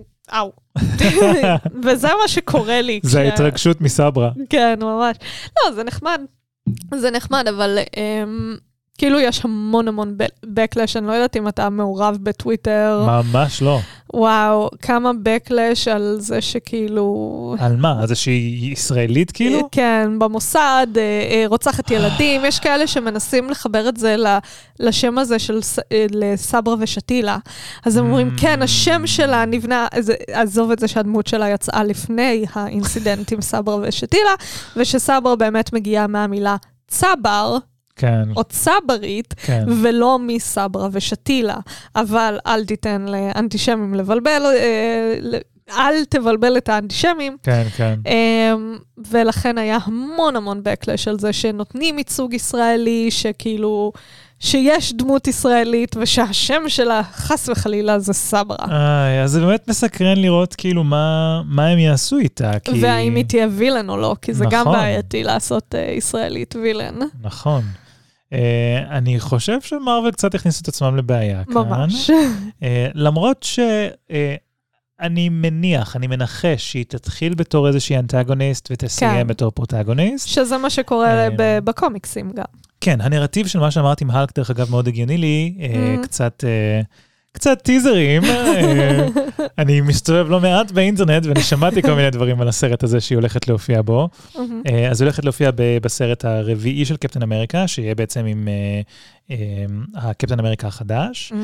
וזה מה שקורה לי. זה ההתרגשות מסברה. כן, ממש. לא, זה נחמד. זה נחמד, אבל כאילו יש המון backlash, אני לא יודעת אם אתה מעורב בטוויטר. ממש לא. וואו, כמה backlash על זה שכאילו... על מה? על זה שהיא ישראלית כאילו? כן, במוסד, רוצחת ילדים, יש כאלה שמנסים לחבר את זה לשם הזה של לסברה ושתילה. אז הם אומרים, כן, השם שלה נבנה, עזוב את זה שהדמות שלה יצאה לפני האינסידנט עם סברה ושתילה, ושסברה באמת מגיעה מהמילה צבר, כן. או צברית, כן. ולא מסברה ושתילה. אבל אל תיתן לאנטישמים לבלבל, אל תבלבל את האנטישמים. כן, כן. ולכן היה המון backlash על זה שנותנים ייצוג ישראלי, שכאילו, שיש דמות ישראלית, ושהשם שלה חס וחלילה זה סברה. אז זה באמת מסקרן לראות כאילו מה הם יעשו איתה. והאם היא תהיה וילן או לא, כי זה גם בעייתי לעשות ישראלית וילן. נכון. אני חושב שמרוול קצת הכניסו את עצמם לבעיה כאן. ממש. למרות שאני מנחש שהיא תתחיל בתור איזושהי אנטגוניסט ותסיים בתור פרוטגוניסט. שזה מה שקורה בקומיקסים גם. כן, הנרטיב של מה שאמרתי עם הלק, דרך אגב, מאוד הגיוני לי, קצת טיזרים. אני מסתובב לא מעט באינטרנט, ואני שמעתי כל מיני דברים על הסרט הזה שהיא הולכת להופיע בו. אז היא הולכת להופיע בסרט הרביעי של קפטן אמריקה, שיהיה בעצם עם הקפטן אמריקה החדש.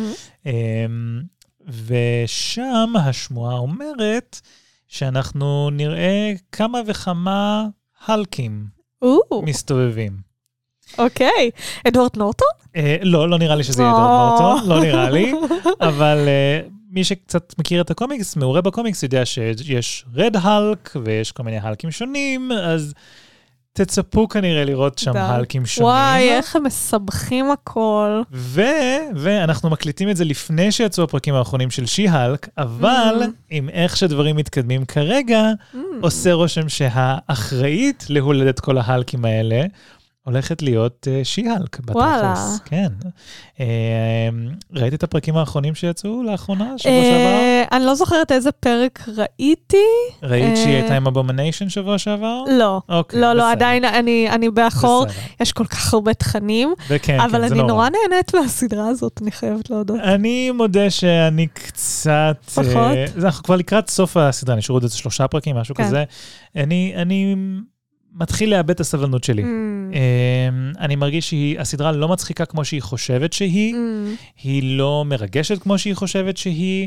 ושם השמועה אומרת שאנחנו נראה כמה וכמה הלקים מסתובבים. אוקיי. אדוארד נורטון? לא נראה לי שזה יהיה אדוארד נורטון, לא נראה לי, אבל מי שקצת מכיר את הקומיקס, מעורה בקומיקס, יודע שיש רד הלק, ויש כל מיני הלקים שונים, אז תצפו כנראה לראות שם הלקים שונים. וואי, איך הם מסבכים הכל. ואנחנו מקליטים את זה לפני שיצאו הפרקים האחרונים של שי-הלק, אבל עם איך שדברים מתקדמים כרגע, עושה רושם שהאחראית להולדת כל ההלקים האלה, הולכת להיות שי-הלק בתכלס. וואלה. כן. ראית את הפרקים האחרונים שיצאו לאחרונה, שבוע שעבר? אני לא זוכרת איזה פרק ראיתי. ראית שהיא הייתה עם אבומניישן שבוע שעבר? לא. אוקיי, לא, בסדר. עדיין אני באחור. בסדר. יש כל כך הרבה תכנים. וכן, אבל כן, זה אני נורא. נורא נהנית מהסדרה הזאת, אני חייבת להודות. אני מודה שאני קצת... פחות? אנחנו כבר לקראת סוף הסדרה, נשארו עוד איזה 3 פרקים, משהו כן. כזה. אני מתחיל לאבד את הסבלנות שלי. אני מרגיש שהסדרה לא מצחיקה כמו שהיא חושבת שהיא, היא לא מרגשת כמו שהיא חושבת שהיא,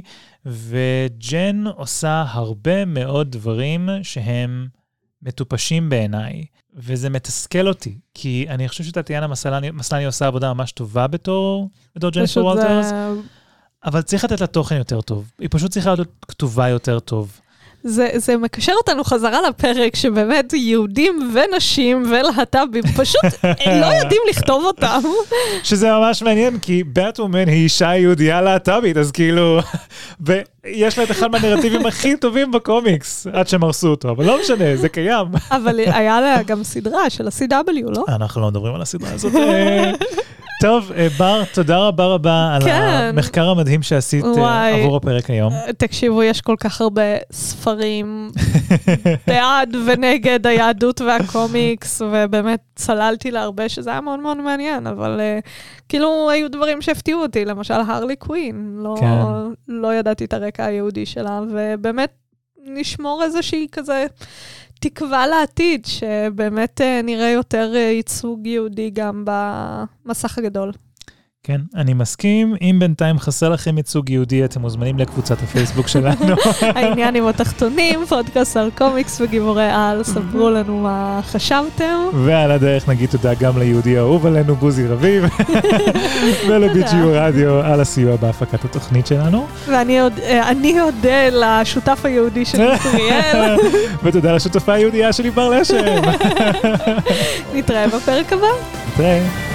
וג'ן עושה הרבה מאוד דברים שהם מטופשים בעיניי, וזה מתסכל אותי, כי אני חושב שטטיאנה מסלני עושה עבודה ממש טובה בתור ג'ניפר וולטרס, אבל צריך לתת לה תוכן יותר טוב. היא פשוט צריכה להיות כתובה יותר טוב. זה מקשר אותנו חזרה לפרק שבאמת יהודים ונשים ולהט"בים פשוט לא יודעים לכתוב אותם. שזה ממש מעניין, כי באטוומן היא אישה יהודייה להט"בית, אז כאילו, ויש לה את אחד מהנרטיבים הכי טובים בקומיקס, עד שמרסו אותו, אבל לא משנה, זה קיים. אבל היה לה גם סדרה של ה-CW, לא? אנחנו לא מדברים על הסדרה הזאת. טוב, בר, תודה רבה על המחקר המדהים שעשית עבור הפרק היום. תקשיבו, יש כל כך הרבה ספרים בעד ונגד היהדות והקומיקס, ובאמת צללתי להרבה שזה היה מאוד מאוד מעניין, אבל כאילו היו דברים שהפתיעו אותי, למשל הרלי קווין, לא ידעתי את הרקע היהודי שלה, ובאמת נשמור איזושהי כזה... תקווה לעתיד, שבאמת נראה יותר ייצוג יהודי גם במסך הגדול. כן, אני מסכים. אם בינתיים חסר לכם ייצוג יהודי, אתם מוזמנים לקבוצת הפייסבוק שלנו. העניין עם התחתונים, פודקאסט על קומיקס וגיבורי על, ספרו לנו מה חשבתם. ועל הדרך נגיד תודה גם ליהודי האהוב עלינו, בוזי רביב, ולביג'יו רדיו על הסיוע בהפקת התוכנית שלנו. ואני אודה לשותף היהודי של ישראל. ותודה לשותפה היהודייה שלי בר לשם. נתראה בפרק הבא. נתראה.